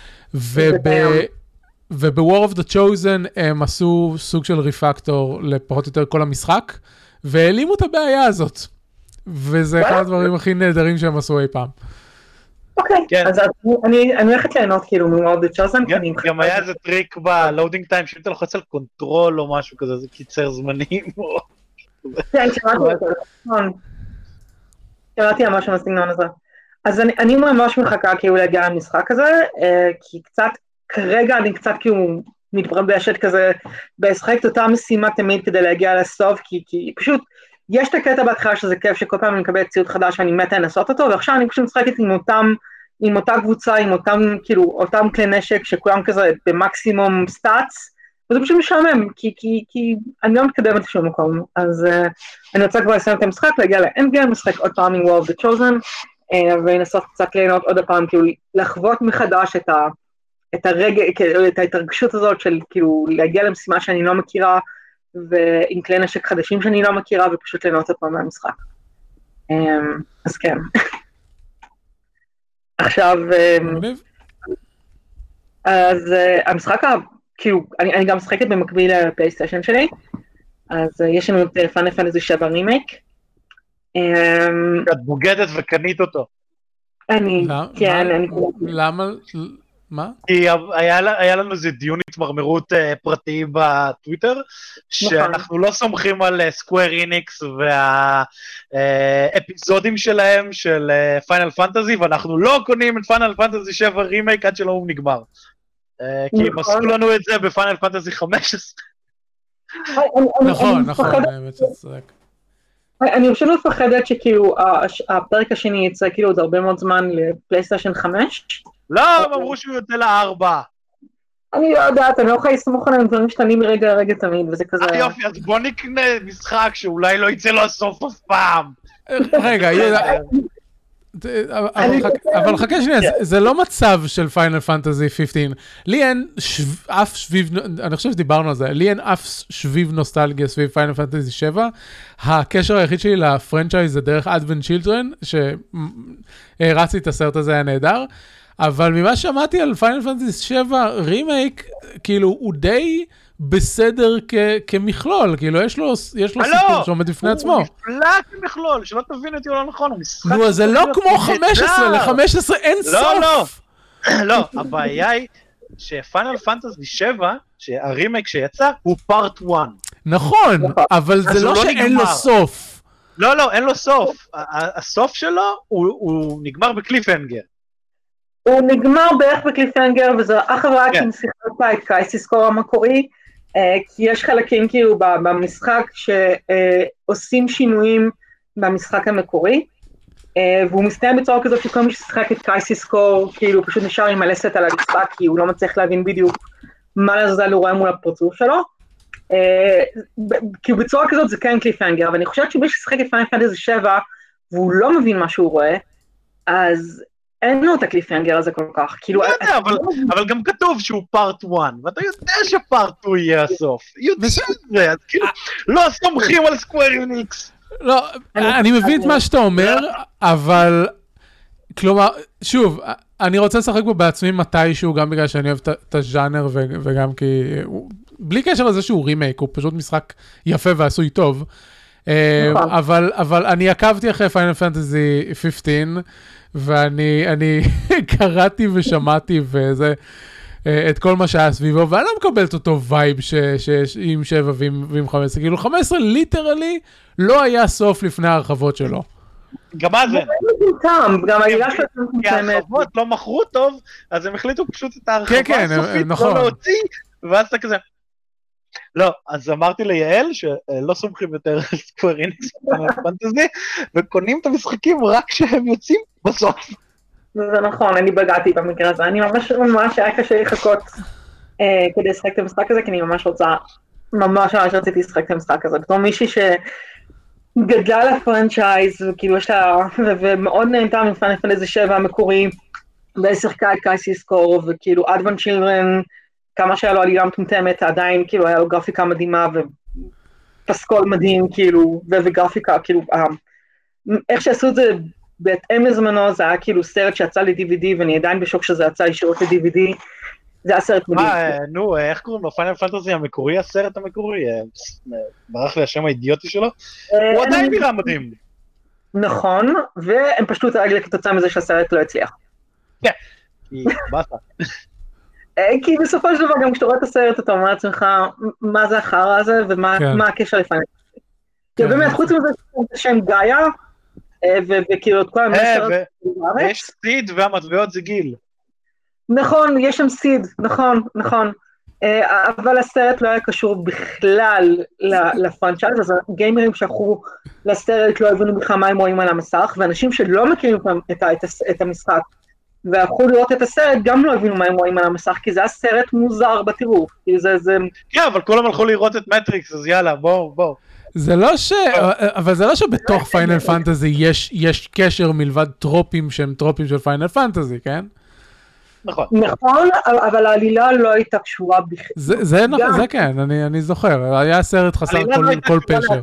וב-War of the Chosen הם עשו סוג של ריפקטור לפחות או יותר כל המשחק, והעלימו את הבעיה הזאת, וזה אחד הדברים הכי נהדרים שהם עשו אי פעם. אוקיי, אז אני הולכת ליהנות כאילו מ-War of the Chosen. גם היה איזה טריק בלואודינג טיים, שאם אתה לוחץ על קונטרול או משהו כזה, זה קיצר זמנים או... כן, שמעתי אותו, נכון. שמעתי על משהו בסגנון הזה. אז אני, אני ממש מחכה כאילו להגיע למשחק הזה, כי קצת, כרגע אני קצת כאילו מתברבשת כזה, בשחק את אותה משימה תמיד כדי להגיע לסוף, כי, כי פשוט, יש את הקטע בהתחלה שזה כיף שכל פעם אני מקבל ציוד חדש ואני מתה לנסות אותו, ועכשיו אני פשוט משחקת עם אותם, עם אותה קבוצה, עם אותם, כאילו, אותם כלי נשק שכולם כזה במקסימום סטאצ, וזה פשוט משעמם, כי, כי, כי אני לא מתקדמת לשום מקום, אז uh, אני רוצה כבר לסיים את המשחק, להגיע לאנד גיים, משחק עוד פעם עם War of the Chosen, uh, ולנסות קצת ליהנות עוד פעם, כאילו לחוות מחדש את, ה, את, הרגע, את ההתרגשות הזאת של כאילו להגיע למשימה שאני לא מכירה, ועם כלי נשק חדשים שאני לא מכירה, ופשוט ליהנות עוד פעם מהמשחק. Um, אז כן. עכשיו, um, אז uh, המשחק ה... כאילו, אני, אני גם משחקת במקביל לפלייסטיישן שלי, אז uh, יש לנו את פיינל פנטזי שבע רימייק. את בוגדת וקנית אותו. אני, כן, אני... למה? מה? כי היה, היה לנו איזה דיון התמרמרות uh, פרטי בטוויטר, שאנחנו לא סומכים על סקוואר איניקס והאפיזודים שלהם של פיינל פנטזי, ואנחנו לא קונים את פיינל פנטזי שבע רימייק עד שלא הוא נגמר. כי הם עשו לנו את זה בפיינל פנטזי חמש עשרה. נכון, נכון, האמת שצדק. אני פשוט מפחדת שכאילו הפרק השני יצא כאילו עוד הרבה מאוד זמן לפלייסטיישן חמש. לא, הם אמרו שהוא יוצא לארבע. אני לא יודעת, אני לא יכולה לסמוך עליהם דברים שתנים מרגע לרגע תמיד, וזה כזה... אה יופי, אז בוא נקנה משחק שאולי לא יצא לו הסוף אף פעם. רגע, אבל חכה שנייה, זה לא מצב של פיינל פנטזי חמש עשרה, לי אין אף שביב, אני חושב שדיברנו על זה, לי אין אף שביב נוסטלגיה סביב פיינל פנטזי שבע, הקשר היחיד שלי לפרנצ'ייז זה דרך אדוונט צ'ילדרן, שהרצתי את הסרט הזה, היה נהדר, אבל ממה שמעתי על פיינל פנטזי שבע רימייק, כאילו הוא די בסדר כמכלול, כאילו יש לו סיפור שעומד בפני עצמו. הוא נפלא כמכלול, שלא תבין אותי לא נכון, הוא משחק... נו, אז זה לא כמו חמש עשרה, ל-חמש עשרה אין סוף. לא, לא, לא, הבעיה היא שפיינל פנטזי שבע, שהרימייק שיצא, הוא פארט אחת. נכון, אבל זה לא שאין לו סוף. לא, לא, אין לו סוף. הסוף שלו הוא נגמר בקליפהנגר. הוא נגמר בערך בקליפהנגר, וזה אך ורק עם שיחת את קרייסיס קור המקורי, כי יש חלקים כאילו במשחק שעושים שינויים במשחק המקורי, והוא מסתיים בצורה כזאת שכל מי ששיחק את קרייסיס קור, כאילו פשוט נשאר עם הלסת על הרצפה, כי הוא לא מצליח להבין בדיוק מה לעזאזל הוא רואה מול הפרצוף שלו, כי בצורה כזאת זה כן קליפהנגר, ואני חושבת שמי ששיחק את פיינל פנטזי שבע, והוא לא מבין מה שהוא רואה, אז אין לו את הקליפהנגר הזה כל כך, כאילו... אבל גם כתוב שהוא פארט אחת, ואתה יודע שפארט שתיים יהיה הסוף. יודעים את זה, אז כאילו, לא סומכים על סקוואר אניקס. לא, אני מבין את מה שאתה אומר, אבל, כלומר, שוב, אני רוצה לשחק בו בעצמי מתישהו, גם בגלל שאני אוהב את הז'אנר, וגם כי, בלי קשר לזה שהוא רימייק, הוא פשוט משחק יפה ועשוי טוב, אבל, אבל אני עקבתי אחרי פיינל פנטזי חמש עשרה, ואני אני קראתי ושמעתי וזה, את כל מה שהיה סביבו, ואני לא מקבל את אותו וייב שיש עם שבע ועם חמש עשרה, כאילו חמש עשרה ליטרלי לא היה סוף לפני ההרחבות שלו. גם אז זה. גם העילה שלו. כי ההרחבות לא מכרו טוב, אז הם החליטו פשוט את ההרחבה הסופית לא להוציא, ואז אתה כזה. לא, אז אמרתי ליעל שלא סומכים יותר על סקוואר אניקס פנטזי, וקונים את המשחקים רק כשהם יוצאים בסוף. זה נכון, אני בגעתי במקרה הזה, אני ממש ממש היה קשה לחכות כדי לשחק את המשחק הזה, כי אני ממש רוצה, ממש ממש רציתי לשחק את המשחק הזה, בתור מישהי שגדלה לפרנצ'ייז, וכאילו יש לה, ומאוד נהנתה מפיינל פנטזי שבע המקורי, ושיחקה את קרייסיס קור, וכאילו Advent Children, כמה שהיה לו עלילה מטומטמת, עדיין כאילו היה לו גרפיקה מדהימה, ופסקול מדהים, כאילו, וגרפיקה, כאילו, איך שעשו את זה בהתאם לזמנו, זה היה כאילו סרט שיצא ל-די וי די, ואני עדיין בשוק שזה יצא ישירות ל-די וי די, זה היה סרט מדהים. מה, נו, איך קוראים לו? פיינל פנטזי המקורי, הסרט המקורי, ברח לי השם האידיוטי שלו, הוא עדיין נראה מדהים. נכון, והם פשטו את הרגל כתוצאה מזה שהסרט לא הצליח. כן, כי באסה. כי בסופו של דבר, גם כשאתה רואה את הסרט, אתה אומר לעצמך, מה זה החרא הזה, ומה הקשר לפני. כי באמת, חוץ מזה, שם גאיה, וכאילו את כל המסר... ויש סיד והמטבעות זה גיל. נכון, יש שם סיד, נכון, נכון. אבל הסרט לא היה קשור בכלל לפרנצ'ייז, אז הגיימרים שהלכו לסרט לא הבינו בכלל מה הם רואים על המסך, ואנשים שלא מכירים את המשחק, והלכו לראות את הסרט, גם לא הבינו מה הם רואים על המסך, כי זה היה סרט מוזר בטירוף. כן, אבל כולם הלכו לראות את מטריקס, אז יאללה, בואו, בואו. זה לא ש... אבל זה לא שבתוך פיינל פנטזי יש קשר מלבד טרופים שהם טרופים של פיינל פנטזי, כן? נכון. נכון, אבל העלילה לא הייתה קשורה בכלל. זה כן, אני זוכר. היה סרט חסר כל פשר.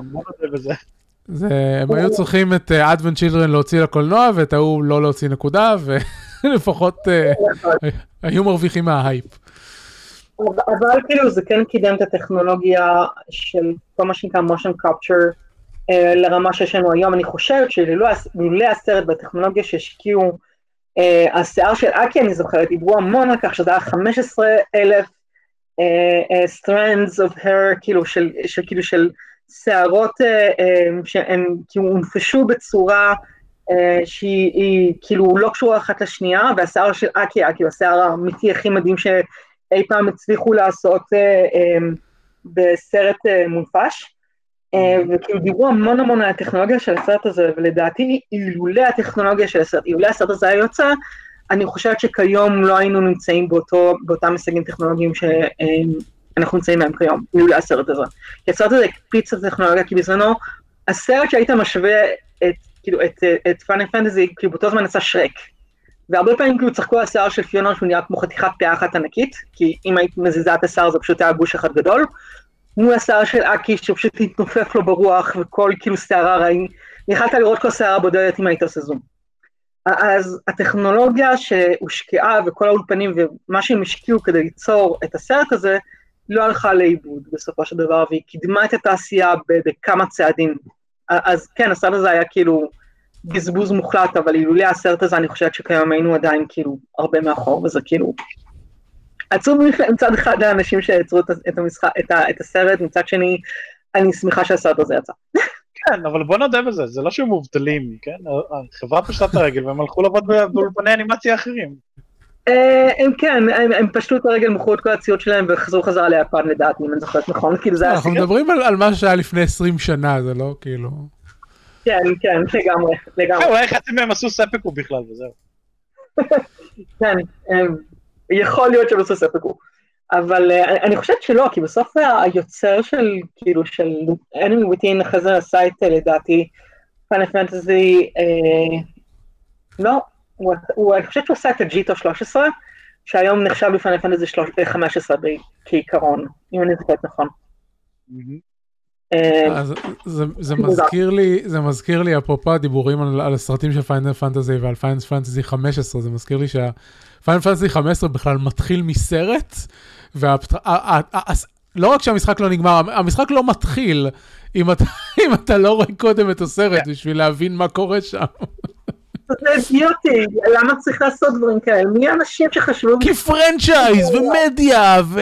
הם היו צריכים את Advent Children להוציא לקולנוע, ואת ההוא לא להוציא נקודה, ולפחות היו מרוויחים מההייפ. אבל כאילו זה כן קידם את הטכנולוגיה של כל מה שנקרא motion capture לרמה שיש לנו היום. אני חושבת שלולא הסרט בטכנולוגיה שהשקיעו, השיער של אקי, אני זוכרת, דיברו המון על כך שזה היה חמישה עשר אלף strands of hair, כאילו של, כאילו של שערות שהן כאילו הונפשו בצורה שהיא כאילו לא קשורה אחת לשנייה, והשיער של אקי היה כאילו השיער האמיתי הכי מדהים שאי פעם הצליחו לעשות בסרט מונפש, וכאילו דיברו המון המון על הטכנולוגיה של הסרט הזה, ולדעתי אילולא הטכנולוגיה של הסרט, אילולא הסרט הזה היה יוצא, אני חושבת שכיום לא היינו נמצאים באותו, באותם הישגים טכנולוגיים שאנחנו נמצאים בהם כיום, אילולא הסרט הזה. כי הסרט הזה הקפיץ את הטכנולוגיה, כי בזמנו, הסרט שהיית משווה את, כאילו, את, את פיינל פנטזי, כאילו באותו זמן עשה שרק. והרבה פעמים כאילו צחקו על השיער של פיונה, שהוא נראה כמו חתיכת פאה אחת ענקית, כי אם היית מזיזה את השיער זה פשוט היה גוש אחד גדול, מול השיער של אקי שפשוט התנופף לו ברוח, וכל כאילו שערה רעים, יכלת לראות כל שערה בודדת אם היית עושה זום. אז הטכנולוגיה שהושקעה וכל האולפנים ומה שהם השקיעו כדי ליצור את הסרט הזה, לא הלכה לאיבוד בסופו של דבר, והיא קידמה את התעשייה בכמה צעדים. אז כן, הסרט הזה היה כאילו בזבוז מוחלט, אבל אילולא הסרט הזה אני חושבת שכיום היינו עדיין כאילו הרבה מאחור, וזה כאילו עצוב מצד אחד לאנשים שיצרו את המשחק, את הסרט, מצד שני אני שמחה שהסרט הזה יצא. כן, אבל בוא נדע בזה, זה לא שהם מובטלים, כן? החברה פשטה את הרגל והם הלכו לעבוד באולפני אנימציה אחרים. הם כן, הם פשטו את הרגל, מכרו את כל הציוד שלהם וחזרו חזרה ליפן לדעתי, אם אני זוכרת נכון, כאילו זה היה... אנחנו מדברים על מה שהיה לפני עשרים שנה, זה לא כאילו... כן, כן, לגמרי, לגמרי. אולי חצי מהם עשו ספקו בכלל וזהו. כן, יכול להיות שהם עשו ספקו. אבל אני חושבת שלא, כי בסוף היוצר של, כאילו, של Enemy Within, אחרי זה עשה את, לדעתי, פיינל פנטזי, לא, אני חושבת שהוא עושה את הג'יטו שלוש עשרה, שהיום נחשב לפני פנטזי חמש עשרה כעיקרון, אם אני זוכרת נכון. זה מזכיר לי, זה מזכיר לי, אפרופו הדיבורים על הסרטים של פיינל פנטזי ועל פיינל פנטזי חמש עשרה, זה מזכיר לי שהפיינל פנטזי חמש עשרה בכלל מתחיל מסרט, לא רק שהמשחק לא נגמר, המשחק לא מתחיל, אם אתה לא רואה קודם את הסרט, בשביל להבין מה קורה שם. זה אידיוטי, למה צריך לעשות דברים כאלה? מי האנשים שחשבו... כי פרנצ'ייז ומדיה ו...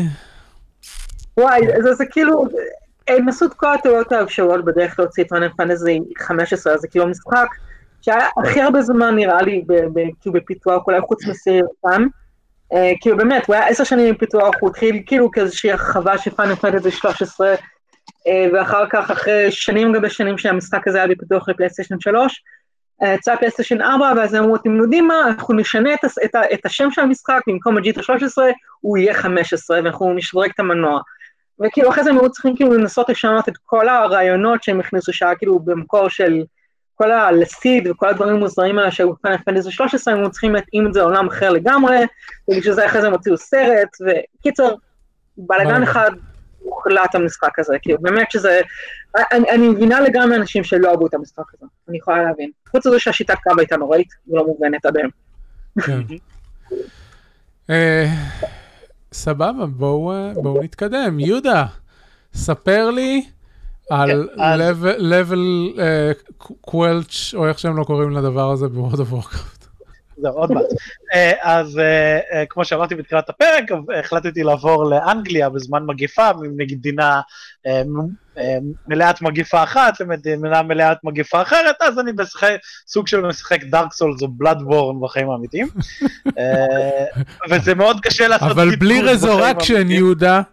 וואי, זה כאילו... הם עשו את כל הטעויות האפשרויות בדרך להוציא פיינל פנטזי חמש עשרה, זה כאילו משחק שהיה הכי הרבה זמן נראה לי בפיתוח, אולי חוץ מסיר פעם, כאילו באמת, הוא היה עשר שנים בפיתוח, הוא התחיל כאילו כאיזושהי הרחבה של פיינל פנטזי שלוש עשרה, ואחר כך, אחרי שנים גבי שנים שהמשחק הזה היה בפיתוח לפלייסטיישן שלוש, יצא פלייסטיישן ארבע, ואז אמרו, אתם יודעים מה, אנחנו נשנה את, את, את השם של המשחק, במקום הג'יטו שלוש עשרה, הוא יהיה חמש עשרה, ואנחנו נשדרג את המנוע. וכאילו אחרי זה הם היו צריכים כאילו לנסות לשנות את כל הרעיונות שהם הכניסו, שהיה כאילו במקור של כל הלסיד וכל הדברים המוזרים האלה שהיו פיינל פנטזי שלוש עשרה, הם היו צריכים להתאים את זה לעולם אחר לגמרי, ובשביל זה אחרי זה הם הוציאו סרט, וקיצר, בלגן אחד הוחלט המשחק הזה, כאילו באמת שזה, אני, אני מבינה לגמרי אנשים שלא אהבו את המשחק הזה, אני יכולה להבין. חוץ לזה שהשיטה קו הייתה נוראית, ולא מובנת עד היום. סבבה, בואו נתקדם. יהודה, ספר לי על level quelch, או איך שהם לא קוראים לדבר הזה ב-World of Warcraft. זהו, עוד מעט. אז כמו שאמרתי בתחילת הפרק, החלטתי לעבור לאנגליה בזמן מגיפה, ממדינה מלאת מגיפה אחת למדינה מלאת מגיפה אחרת, אז אני בסוג של משחק דארק סולס או בלאדבורן בחיים האמיתיים. וזה מאוד קשה לעשות... אבל בלי רזורקשן, יהודה.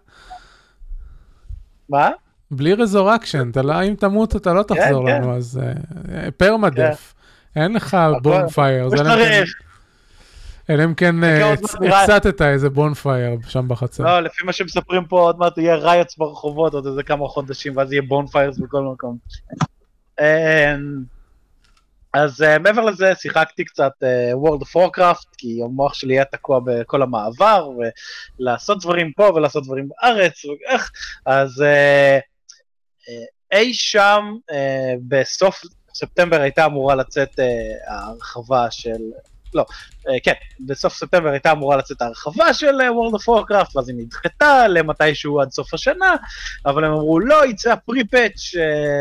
מה? בלי רזורקשן, אם תמות אתה לא תחזור לנו, אז פרמדף. אין לך בונפייר, אלא אם כן הצטת איזה בונפייר שם בחצר. לא, לפי מה שמספרים פה, עוד מעט יהיה רייטס ברחובות, עוד איזה כמה חודשים, ואז יהיה בונפיירס בכל מקום. אז מעבר לזה, שיחקתי קצת World of Warcraft, כי המוח שלי היה תקוע בכל המעבר, ולעשות דברים פה ולעשות דברים בארץ, אז אי שם בסוף... ספטמבר הייתה אמורה לצאת ההרחבה של, לא, כן, בסוף ספטמבר הייתה אמורה לצאת ההרחבה של World of Warcraft, ואז היא נדחתה למתישהו עד סוף השנה, אבל הם אמרו, לא, יצא פרי-פאץ'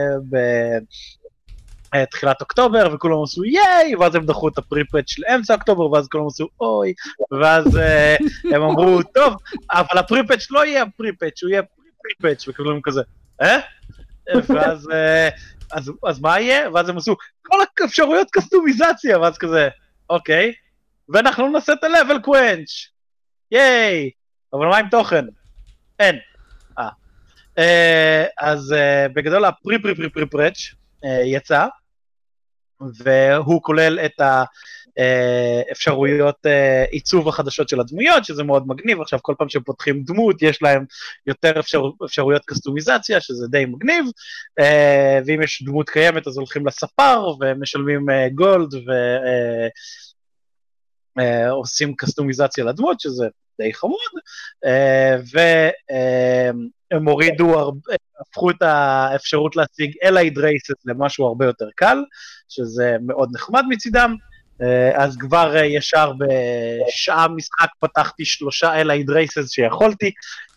בתחילת אוקטובר, וכולם עשו ייי, ואז הם דחו את הפרי-פאץ' של אמצע אוקטובר, ואז כולם עשו אוי, ואז הם אמרו, טוב, אבל הפרי-פאץ' לא יהיה הפרי-פאץ', הוא יהיה פרי-פאץ', וכולם כזה, אה? ואז... אז, אז מה יהיה? ואז הם עשו כל האפשרויות קסטומיזציה, ואז כזה, אוקיי, ואנחנו נעשה את ה-level quench, ייי, אבל מה עם תוכן? אין. אה. אה, אז אה, בגדול הפרי פרי פרי פרי פרץ' אה, יצא, והוא כולל את האפשרויות אה, עיצוב החדשות של הדמויות, שזה מאוד מגניב. עכשיו כל פעם שפותחים דמות יש להם יותר אפשר, אפשרויות קסטומיזציה, שזה די מגניב, אה, ואם יש דמות קיימת אז הולכים לספר ומשלמים אה, גולד ועושים אה, קסטומיזציה לדמות, שזה די חמוד, אה, והם הורידו הרבה, הפכו את האפשרות להשיג אלייד רייסס למשהו הרבה יותר קל, שזה מאוד נחמד מצידם. אז כבר ישר בשעה משחק פתחתי שלושה אלייד רייסס שיכולתי,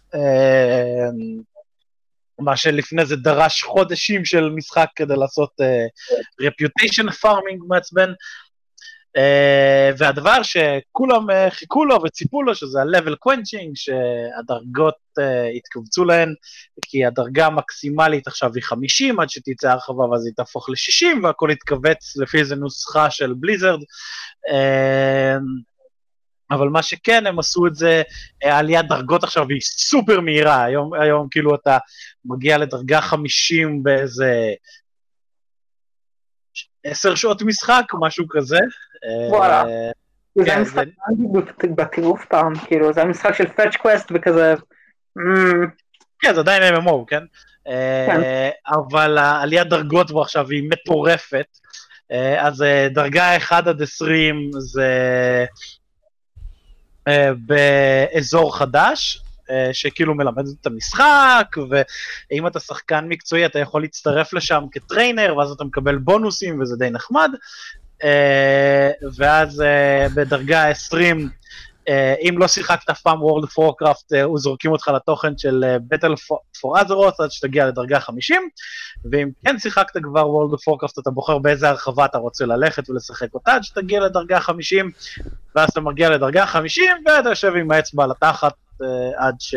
מה שלפני זה דרש חודשים של משחק כדי לעשות reputation farming מעצבן, Uh, והדבר שכולם uh, חיכו לו וציפו לו, שזה ה-level quenching, שהדרגות uh, התכווצו להן, כי הדרגה המקסימלית עכשיו היא חמישים, עד שתצא הרחבה ואז היא תהפוך ל-שישים, והכל התכווץ לפי איזו נוסחה של בליזרד, uh, אבל מה שכן, הם עשו את זה, העליית דרגות עכשיו היא סופר מהירה, היום, היום כאילו אתה מגיע לדרגה חמישים באיזה... עשר שעות משחק, משהו כזה. וואלה. זה המשחק בטירוף פעם, כאילו, זה המשחק של פאץ' קווסט וכזה. כן, זה עדיין אם אם או, כן? אבל העליית דרגות בו עכשיו היא מטורפת, אז דרגה אחת עד עשרים זה באזור חדש, שכאילו מלמד את המשחק, ואם אתה שחקן מקצועי אתה יכול להצטרף לשם כטריינר, ואז אתה מקבל בונוסים וזה די נחמד, ואז בדרגה עשרים, אם לא שיחקת אף פעם World of Warcraft, הוא זורקים אותך לתוכן של Battle for Azeroth, עד שתגיע לדרגה חמישים, ואם כן שיחקת כבר World of Warcraft, אתה בוחר באיזה הרחבה אתה רוצה ללכת ולשחק אותה, עד שתגיע לדרגה חמישים, ואז אתה מגיע לדרגה חמישים, ואתה יושב עם האצבע על התחת, עד ש...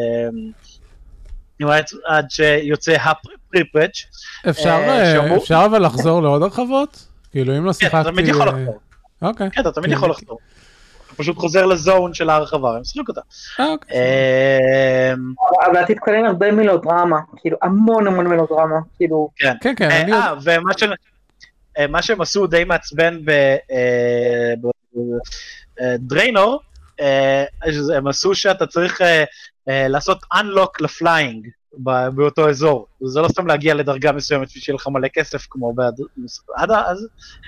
עד שיוצא הפרי-פרץ'. אפשר אבל לחזור לעוד הרחבות? כאילו אם לא שיחקתי... כן, אתה תמיד יכול לחזור. אוקיי. כן, אתה תמיד יכול לחזור. אתה פשוט חוזר לזון של ההרחבה, והם שחק אותה. אבל תתכונן הרבה מילודרמה, כאילו המון המון מילודרמה, כאילו... כן, כן, כן. ומה שהם עשו די מעצבן בדריינור, הם עשו שאתה צריך לעשות unlock לפליינג באותו אזור, זה לא סתם להגיע לדרגה מסוימת שיהיה לך מלא כסף כמו עד אז,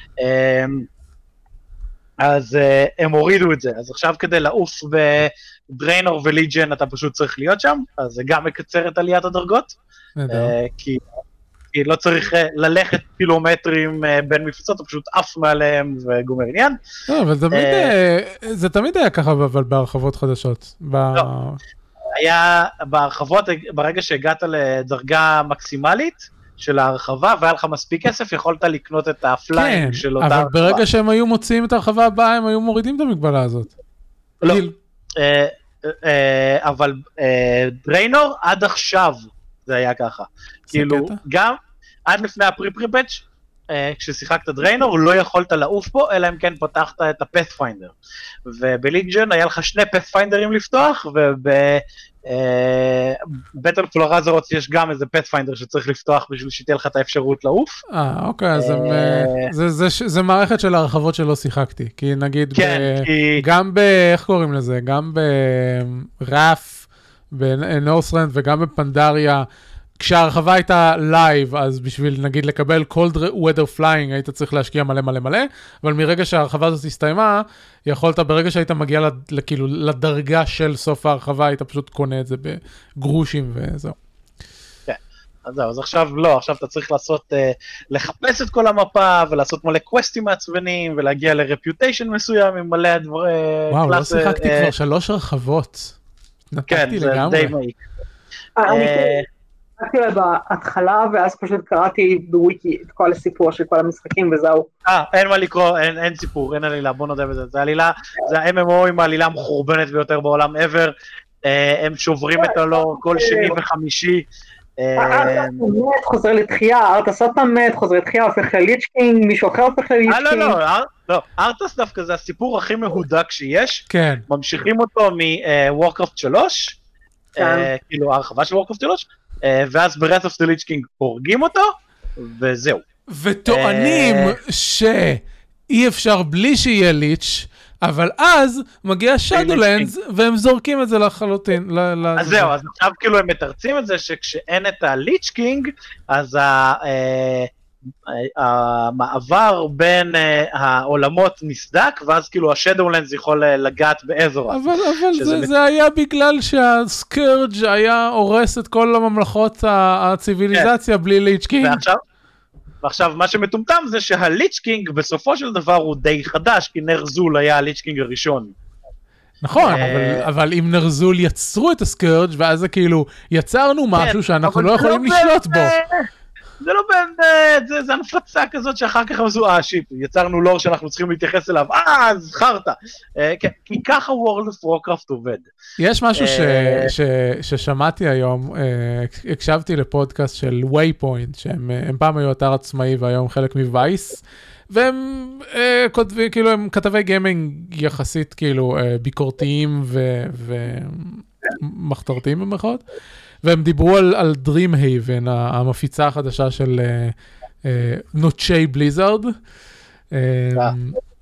אז הם הורידו את זה, אז עכשיו כדי לעוף בדריינור וליג'ן אתה פשוט צריך להיות שם, אז זה גם מקצר את עליית הדרגות, כי כי לא צריך ללכת קילומטרים בין מפלצות, אתה פשוט עף מעליהם וגומר עניין. לא, אבל זה תמיד היה ככה, אבל בהרחבות חדשות. לא, היה בהרחבות, ברגע שהגעת לדרגה מקסימלית של ההרחבה, והיה לך מספיק כסף, יכולת לקנות את הפליינג של אותה הרחבה. אבל ברגע שהם היו מוציאים את ההרחבה הבאה, הם היו מורידים את המגבלה הזאת. לא, אבל דריינור עד עכשיו, זה היה ככה. כאילו, גם עד לפני הפרי-פרי-פאץ', כששיחקת דריינור, לא יכולת לעוף בו, אלא אם כן פתחת את הפאת'פיינדר. ובליג'ן היה לך שני פאת'פיינדרים לפתוח, ובבטל פור אזרוט יש גם איזה פאת'פיינדר שצריך לפתוח בשביל שתהיה לך את האפשרות לעוף. אה, אוקיי, אז זה מערכת של הרחבות שלא שיחקתי, כי נגיד, גם ב... איך קוראים לזה? גם בראף, בנורסרנד וגם בפנדריה, כשההרחבה הייתה לייב, אז בשביל נגיד לקבל cold weather flying, היית צריך להשקיע מלא מלא מלא, אבל מרגע שההרחבה הזאת הסתיימה, יכולת ברגע שהיית מגיע כאילו לדרגה של סוף ההרחבה, היית פשוט קונה את זה בגרושים וזהו. כן, אז זהו, אז עכשיו לא, עכשיו אתה צריך לעשות, לחפש את כל המפה, ולעשות מלא קווסטים מעצבנים, ולהגיע לרפיוטיישן מסוים עם מלא דברי... וואו, לא שיחקתי כבר שלוש הרחבות. כן, זה די מעיק. אני קראתי לה בהתחלה, ואז פשוט קראתי בוויקי את כל הסיפור של כל המשחקים, וזהו. אה, אין מה לקרוא, אין סיפור, אין עלילה, בוא נודה בזה. זה עלילה, זה ה-אם אם או עם העלילה המחורבנת ביותר בעולם ever, הם שוברים את הלור כל שני וחמישי. ארטס מת, חוזר לתחייה, ארטס עוד פעם מת, חוזר לתחייה, הופך לליץ' קינג, מישהו אחר הופך לליץ' קינג. לא, לא, לא, ארטס דווקא זה הסיפור הכי מהודק שיש, ממשיכים אותו מוורקראפט שלוש, כאילו ההרחבה של וורקראפט שלוש, ואז ב-Wrath of the Lich King הורגים אותו, וזהו. וטוענים שאי אפשר בלי שיהיה ליץ', אבל אז מגיע Shadowlands, והם זורקים את זה לחלוטין. אז זהו, אז עכשיו כאילו הם מתרצים את זה, שכשאין את ה-Lich King, אז המעבר בין העולמות נסדק, ואז כאילו ה-Shadowlands יכול לגעת באזורה. אבל זה היה בגלל שה-Scourge היה הורס את כל הממלכות הציביליזציה בלי Lich King. ועכשיו, מה שמטומטם זה שהליץ' קינג בסופו של דבר הוא די חדש, כי נרזול היה הליץ' קינג הראשון. נכון, אבל אם נרזול יצרו את הסקרג' ואז זה כאילו, יצרנו משהו שאנחנו לא יכולים לשלוט בו. זה לא באמת, זה הנפצה כזאת שאחר כך עשו, אה שיפ, יצרנו לור שאנחנו צריכים להתייחס אליו, אה, זכרת. כי ככה World of Warcraft עובד. יש משהו ששמעתי היום, הקשבתי לפודקאסט של Waypoint, שהם פעם היו אתר עצמאי והיום חלק מווייס, והם כותבים, כאילו הם כתבי גיימינג יחסית כאילו ביקורתיים ומחתרתיים במחאות, והם דיברו על, על Dreamhaven, המפיצה החדשה של נוטשי בליזארד,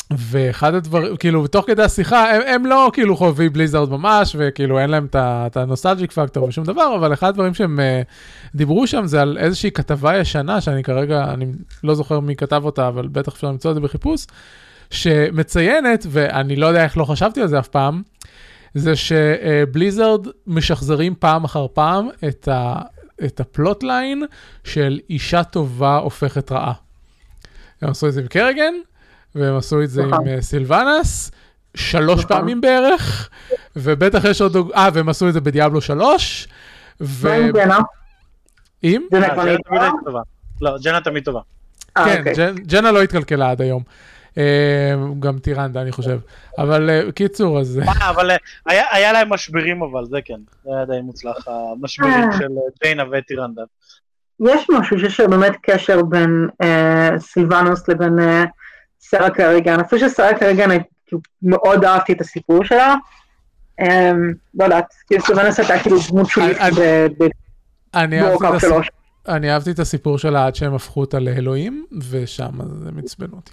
ואחד הדברים, כאילו, בתוך כדי השיחה, הם, הם לא כאילו חובבי בליזארד ממש, וכאילו אין להם את הנוסטלג'יק פקטור ושום דבר, אבל אחד הדברים שהם uh, דיברו שם זה על איזושהי כתבה ישנה, שאני כרגע, אני לא זוכר מי כתב אותה, אבל בטח אפשר למצוא את זה בחיפוש, שמציינת, ואני לא יודע איך לא חשבתי על זה אף פעם, זה שבליזארד משחזרים פעם אחר פעם את, ה, את הפלוט ליין של אישה טובה הופכת רעה. הם עשו את זה עם קרגן, והם עשו את זה עם סילבנס, שלוש פעמים בערך, ובטח יש עוד, אה, והם עשו את זה בדיאבלו שלוש, ו... מה עם ג'נה? עם? ג'נה תמיד טובה. לא, ג'נה תמיד טובה. כן, ג'נה לא התקלקלה עד היום. גם טירנדה, אני חושב. אבל קיצור, אז... אבל היה להם משברים, אבל זה כן. זה היה די מוצלח, המשברים של ג'יינה וטירנדה. יש משהו שיש באמת קשר בין סילבנוס לבין סרה קריגן. אני חושב שסרה קריגן, מאוד אהבתי את הסיפור שלה. לא יודעת, כי סילבנוס הייתה כאילו דמות שולית בוורקאפט שלוש. אני אהבתי את הסיפור שלה עד שהם הפכו אותה לאלוהים, ושם זה מצבן אותי.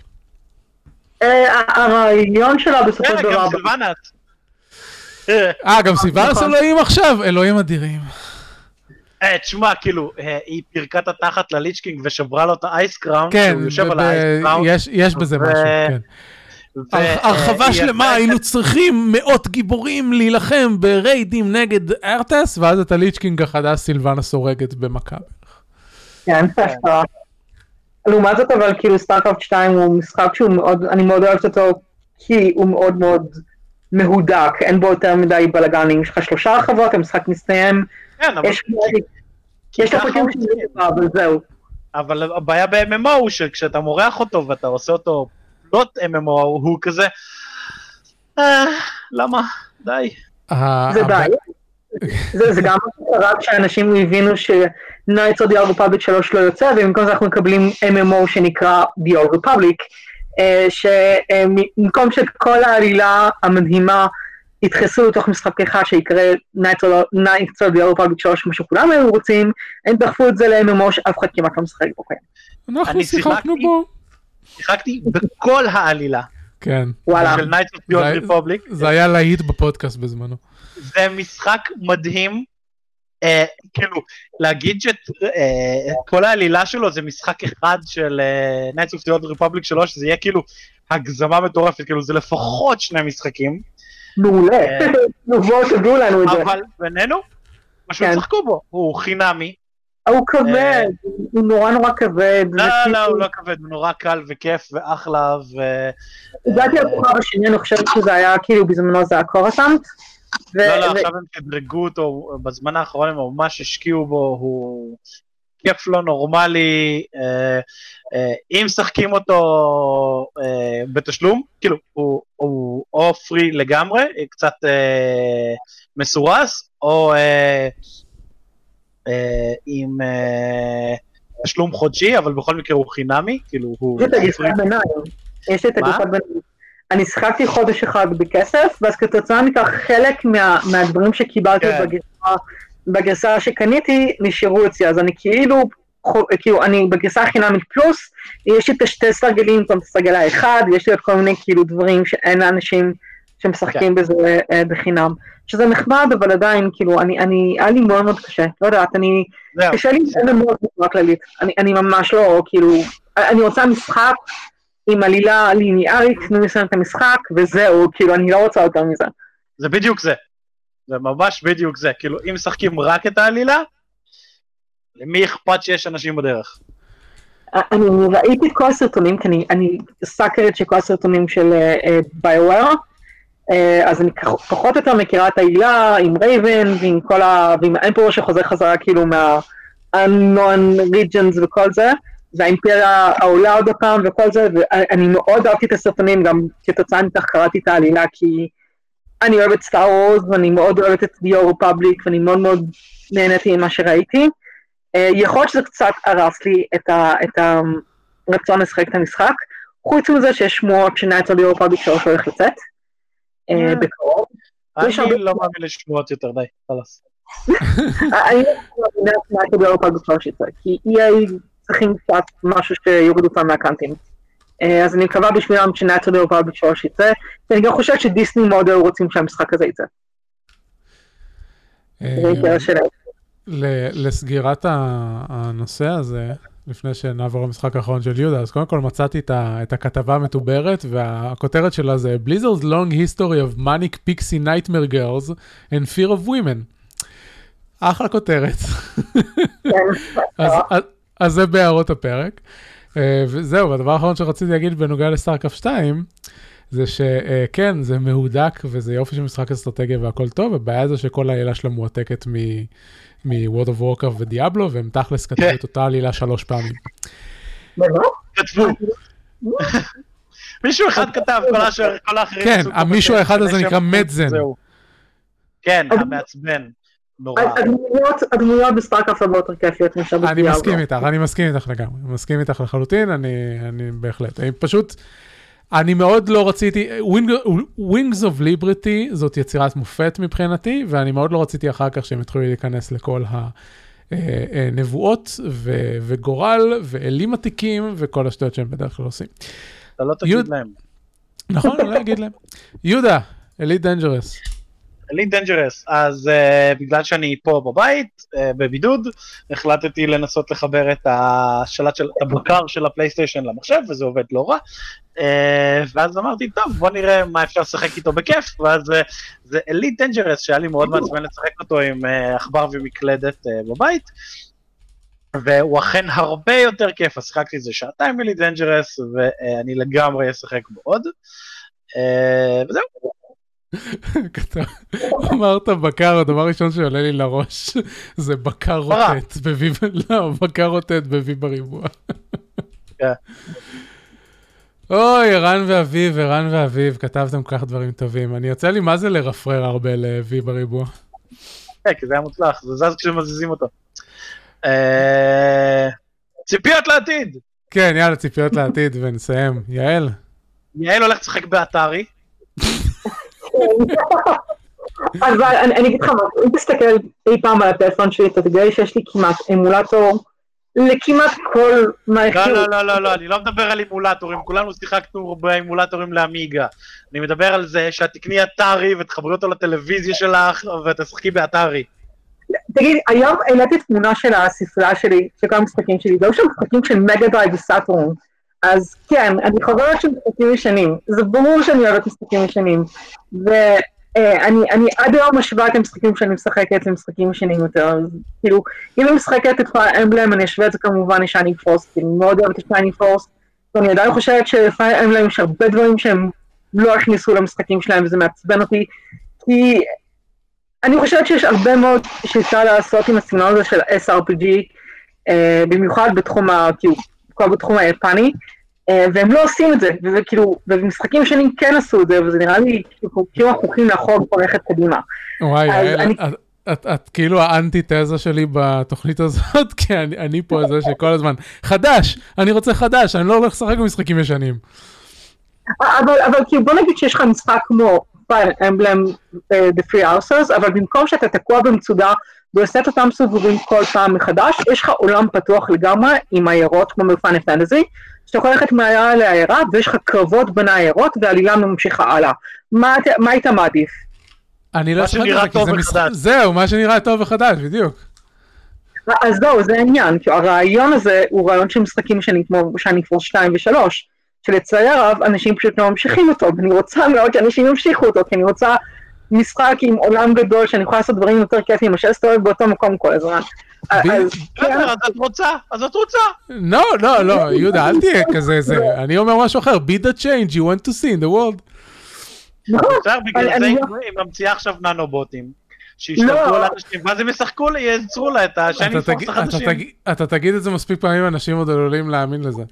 הרעיון שלה בסופו של דבר... גם סילבנס. אה, גם סילבנס אלוהים עכשיו? אלוהים אדירים. תשמע, כאילו, היא פירקה את התחת לליצ'קינג ושברה לו את האייס קראון, כן, שהוא יושב על האייס קראון. יש בזה משהו, כן. הרחבה שלמה, היינו צריכים מאות גיבורים להילחם בריידים נגד ארטס, ואז את הליצ'קינג החדש סילבנס הורגת במכה. כן, פשטה. לעומת זאת, אבל כאילו סטארקראפט שתיים הוא משחק שהוא מאוד, אני מאוד אוהבת אותו, כי הוא מאוד מאוד מהודק, אין בו יותר מדי בלגנים, יש לך שלושה רחבות, המשחק מסתיים, יש לך פרקים שזה דבר, אבל זהו. אבל הבעיה ב-אם אם או הוא שכשאתה מורח אותו ואתה עושה אותו פלוט אם אם או, הוא כזה, למה? די. זה די. זה גם רק שאנשים הבינו ש-Knights of the Old Republic שלוש לא יוצא, ובמקום זה אנחנו מקבלים אם אם או שנקרא The Old Republic, שבמקום שכל העלילה המדהימה יתחסו לתוך משחק אחד שיקרא Knights of the Old Republic שלוש, כמו שכולם היו רוצים, הם דחפו את זה ל-אם אם או שאף אחד כמעט לא משחק בו. אנחנו שיחקנו בו. שיחקתי בכל העלילה. כן. של Knights of the Old Republic. זה היה להיט בפודקאסט בזמנו. זה משחק מדהים, אה, כאילו, להגיד שכל אה, העלילה שלו זה משחק אחד של אה, Knights of the Old Republic שלוש, זה יהיה כאילו הגזמה מטורפת, כאילו זה לפחות שני משחקים. מעולה, בואו תביאו לנו את זה. אבל בינינו, מה שהוא צחקו בו, הוא חינמי. הוא כבד, הוא נורא נורא כבד. לא, לא, הוא לא כבד, הוא נורא קל וכיף ואחלה. הגעתי לכוכב השני, אני חושבת שזה היה כאילו בזמנו זה הקורסנט. לא, לא, עכשיו הם תדרגו אותו, בזמן האחרון הם ממש השקיעו בו, הוא כיף לא נורמלי, אם שחקים אותו בתשלום, כאילו, הוא או פרי לגמרי, קצת מסורס, או עם תשלום חודשי, אבל בכל מקרה הוא חינמי, כאילו הוא... יש את הגרסה ביניים, יש את הגרסה ביניים. אני שחקתי חודש אחד בכסף, ואז כתוצאה מכך חלק מה, מהדברים שקיבלתי כן. בגרסה, בגרסה שקניתי נשארו אצלי, אז אני כאילו, כאילו אני בגרסה חינמית פלוס, יש לי את השתי סרגלים, את הסרגל האחד, יש לי עוד כל מיני כאילו דברים שאין לאנשים שמשחקים כן. בזה אה, בחינם, שזה נחמד, אבל עדיין כאילו, אני, אני, היה לי מאוד מאוד קשה, לא יודעת, אני, yeah. קשה לי yeah. מאוד מאוד כללית, אני, אני ממש לא, כאילו, אני רוצה משחק, עם עלילה ליניארית, תנו לסיים את המשחק, וזהו, כאילו, אני לא רוצה יותר מזה. זה בדיוק זה. זה ממש בדיוק זה. כאילו, אם משחקים רק את העלילה, למי אכפת שיש אנשים בדרך? אני ראיתי את כל הסרטונים, כי אני, אני סאקרית של כל הסרטונים של ביואר, אז אני פחות או יותר מכירה את העלילה, עם רייבן, ועם כל ה... ועם האמפרור שחוזר חזרה, כאילו, מה-unknown regions וכל זה, והאימפריה העולה עוד הפעם וכל זה, ואני מאוד אהבתי את הסרטונים, גם כתוצאה מכך קראתי את העלילה, כי אני אוהבת סטאר וורס, ואני מאוד אוהבת את The Old Republic, ואני מאוד מאוד נהניתי עם מה שראיתי. יכול להיות שזה קצת הרס לי את, ה, את הרצון לשחק את המשחק, חוץ מזה שיש שמועות ש-Knights of the Old Republic שלוש הולך לצאת, בקרוב. אני לא מאמין לשמועות יותר, די, חלס. אני לא מאמין ש-Knights of the Old Republic שלוש יצא, כי היא צריכים קצת משהו שיוריד אותם מהקאנטים. אז אני מקווה בשבילם שנאצ'רלי אוברביץ' שלוש יצא, ואני גם חושבת שדיסני מאוד היו רוצים שהמשחק הזה יצא. לסגירת הנושא הזה, לפני שנעבור למשחק האחרון של יהודה, אז קודם כל מצאתי את הכתבה המתוברת, והכותרת שלה זה Blizzard's long history of manic pixie nightmare girls and fear of women. אחלה כותרת. אז זה בהערות הפרק. וזהו, והדבר האחרון שרציתי להגיד בנוגע לסטארקראפט שתיים, זה שכן, זה מהודק, וזה יופי של משחק אסטרטגיה והכל טוב, הבעיה זה שכל העלילה שלה מועתקת מ-World of Warcraft ודיאבלו, והם תכלס כתבו את אותה עלילה שלוש פעמים. כתבו. מישהו אחד כתב, כל האחרים... כן, המישהו האחד הזה נקרא מדזן. כן, המעצבן. הדמויות בסטארקראפט הרבה יותר כיפיות משל בדיאבלו. אני מסכים איתך, אני מסכים איתך לגמרי, אני מסכים איתך לחלוטין, אני בהחלט, אני פשוט, אני מאוד לא רציתי, Wings of Liberty זאת יצירת מופת מבחינתי, ואני מאוד לא רציתי אחר כך שהם התחילו להיכנס לכל הנבואות וגורל ואלים עתיקים וכל השטויות שהם בדרך כלל עושים. אתה לא תגיד להם. נכון, אני לא אגיד להם. יהודה, Elite Dangerous. Elite Dangerous, אז uh, בגלל שאני פה בבית, uh, בבידוד, החלטתי לנסות לחבר את השלט של, את הבקר של הפלייסטיישן למחשב, וזה עובד לא רע, uh, ואז אמרתי, טוב, בוא נראה מה אפשר לשחק איתו בכיף, ואז uh, זה Elite Dangerous, שהיה לי מאוד מעצבן לשחק אותו עם uh, עכבר ומקלדת uh, בבית, והוא אכן הרבה יותר כיף, אז שחקתי זה שעתיים Elite Dangerous, ואני לגמרי אשחק בו עוד, uh, וזהו. אמרת בקר, הדבר הראשון שעולה לי לראש זה בקר רוטט בביב, לא, בקר רוטט בביב בריבוע. אוי, ערן ואביב, ערן ואביב, כתבתם כך דברים טובים. אני יוצא לי מה זה לרפרר הרבה לביב בריבוע. כן, כי זה היה מוצלח, זה זז כשמזיזים אותו. ציפיות לעתיד! כן, יאללה, ציפיות לעתיד ונסיים. יעל? יעל הולך לשחק באתרי. אבל אני אגיד לך מה, אם תסתכל אי פעם על הטלפון שלי, אתה תגלה שיש לי כמעט אמולטור לכמעט כל מערכת. לא, לא, לא, לא, אני לא מדבר על אמולטורים, כולנו שיחקנו באמולטורים לאמיגה. אני מדבר על זה שאת תקני אתרי ותחברי אותו לטלוויזיה שלך ותשחקי באתרי. תגיד, היום העליתי תמונה של הספרייה שלי, של כל המשחקים שלי, והיו שם משחקים של מגה דרייב וסאטורן. אז כן, אני חוברת של משחקים ישנים, זה ברור שאני אוהבת משחקים ישנים, ואני עד היום משווה את המשחקים שאני משחקת למשחקים ישנים יותר, אז כאילו, אם אני משחקת את פייר אמבלם, אני אשווה את זה כמובן לשיינינג פורס, כי אני מאוד אוהבת את שיינינג פורס, ואני עדיין חושבת שפייר אמבלם יש הרבה דברים שהם לא הכניסו למשחקים שלהם, וזה מעצבן אותי, כי אני חושבת שיש הרבה מאוד שאפשר לעשות עם הסגנון הזה של אס אר פי ג'י, במיוחד בתחום ה... כל בתחום היפני, והם לא עושים את זה, וכאילו, ובמשחקים שנים כן עשו את זה, וזה נראה לי כאילו אנחנו הולכים לאחור פורחת קדימה. וואי, את כאילו האנטי-תזה שלי בתוכנית הזאת, כי אני פה איזה שכל הזמן, חדש, אני רוצה חדש, אני לא הולך לשחק במשחקים ישנים. אבל כאילו בוא נגיד שיש לך משחק כמו Fire Emblem The Three Houses, אבל במקום שאתה תקוע במצודה, ועושה את אותם סובבים כל פעם מחדש, יש לך עולם פתוח לגמרי עם העיירות כמו מפאנל פנטזי, שאתה יכול ללכת מהעיירה לעיירה, ויש לך קרבות בין העיירות, והעלילה ממשיכה הלאה. מה היית מעדיף? אני לא שואל את זה, כי זה משחק... זהו, מה שנראה טוב וחדש, בדיוק. אז זהו, זה העניין, כי הרעיון הזה הוא רעיון של משחקים שאני כמו שאני כבר שתיים ושלוש, שלצערי הרב, אנשים פשוט לא ממשיכים אותו, ואני רוצה מאוד שאנשים ימשיכו אותו, כי אני רוצה... משחק עם עולם גדול, שאני יכולה לעשות דברים יותר כיפים, מה שאסתובב באותו מקום כל הזמן. אז את רוצה, אז את רוצה. לא, לא, לא, יהודה, אל תהיה כזה, אני אומר משהו אחר, be the change you want to see in the world. בגלל זה היא ממציאה עכשיו ננובוטים, שישתלטו על אנשים, ואז הם ישחקו לה, ייצרו לה את השני פורס החדשים. אתה תגיד את זה מספיק פעמים, אנשים עוד עלולים להאמין לזה.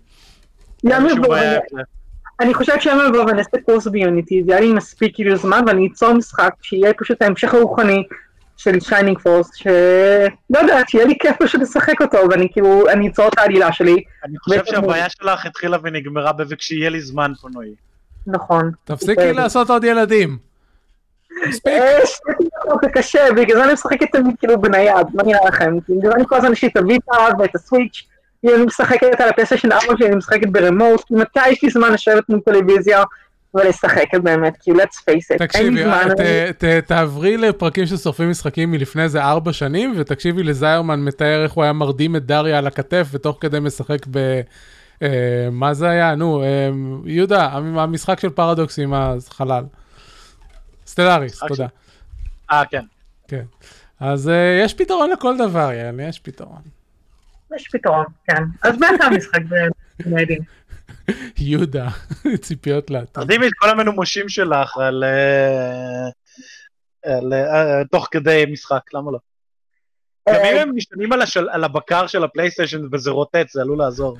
אני חושבת שהם לבוא ונעשה קורס ביוניטי, זה היה לי מספיק כאילו זמן, ואני אצור משחק שיהיה פשוט ההמשך הרוחני של שיינינג פורס, שלא יודעת, שיהיה לי כיף פשוט לשחק אותו, ואני כאילו, אני אצור את העלילה שלי. אני חושב שהבעיה שלך התחילה ונגמרה בכשיהיה לי זמן פנוי. נכון. תפסיקי לעשות עוד ילדים. מספיק. זה קשה, בגלל זה אני משחקת תמיד כאילו בנייד, מה נראה לכם? אני כל הזמן יש לי את הוויטה ואת הסוויץ', אני משחקת על הפלייסטיישן ארבע שאני משחקת ברמוט, מתי יש לי זמן לשבת מול טלוויזיה ולשחק באמת, כי let's face it, תקשיבי, תעברי לפרקים ששורפים משחקים מלפני איזה ארבע שנים, ותקשיבי לזיירמן מתאר איך הוא היה מרדים את דריה על הכתף, ותוך כדי משחק ב... מה זה היה? נו, יהודה, המשחק של פרדוקס עם החלל. סטלאריס, תודה. אה, כן. כן. אז יש פתרון לכל דבר, יאללה, יש פתרון. יש פתרון, כן. אז מה אתה משחק במיידים? יהודה, ציפיות לה. תרדימי את כל המנומושים שלך תוך כדי משחק, למה לא? גם אם הם משתנים על הבקר של הפלייסטיישן וזה רוטט, זה עלול לעזור.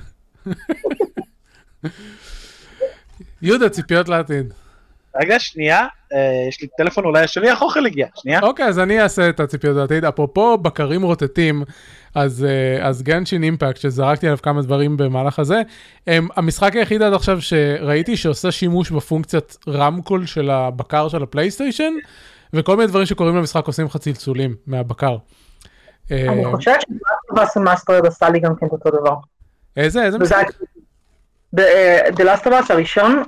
יהודה, ציפיות לעתיד. רגע, שנייה, יש לי טלפון, אולי השליח אוכל הגיע, שנייה. אוקיי, אז אני אעשה את הציפיות לעתיד. אפרופו בקרים רוטטים, אז, אז גנשין אימפקט, שזרקתי עליו כמה דברים במהלך הזה, הם, המשחק היחיד עד עכשיו שראיתי שעושה שימוש בפונקציית רמקול של הבקר של הפלייסטיישן, וכל מיני דברים שקוראים למשחק עושים לך צלצולים מהבקר. אני חושבת שבאסט מאסטרד עשה לי גם כן אותו דבר. איזה? איזה משחק? The Last of Us הראשון,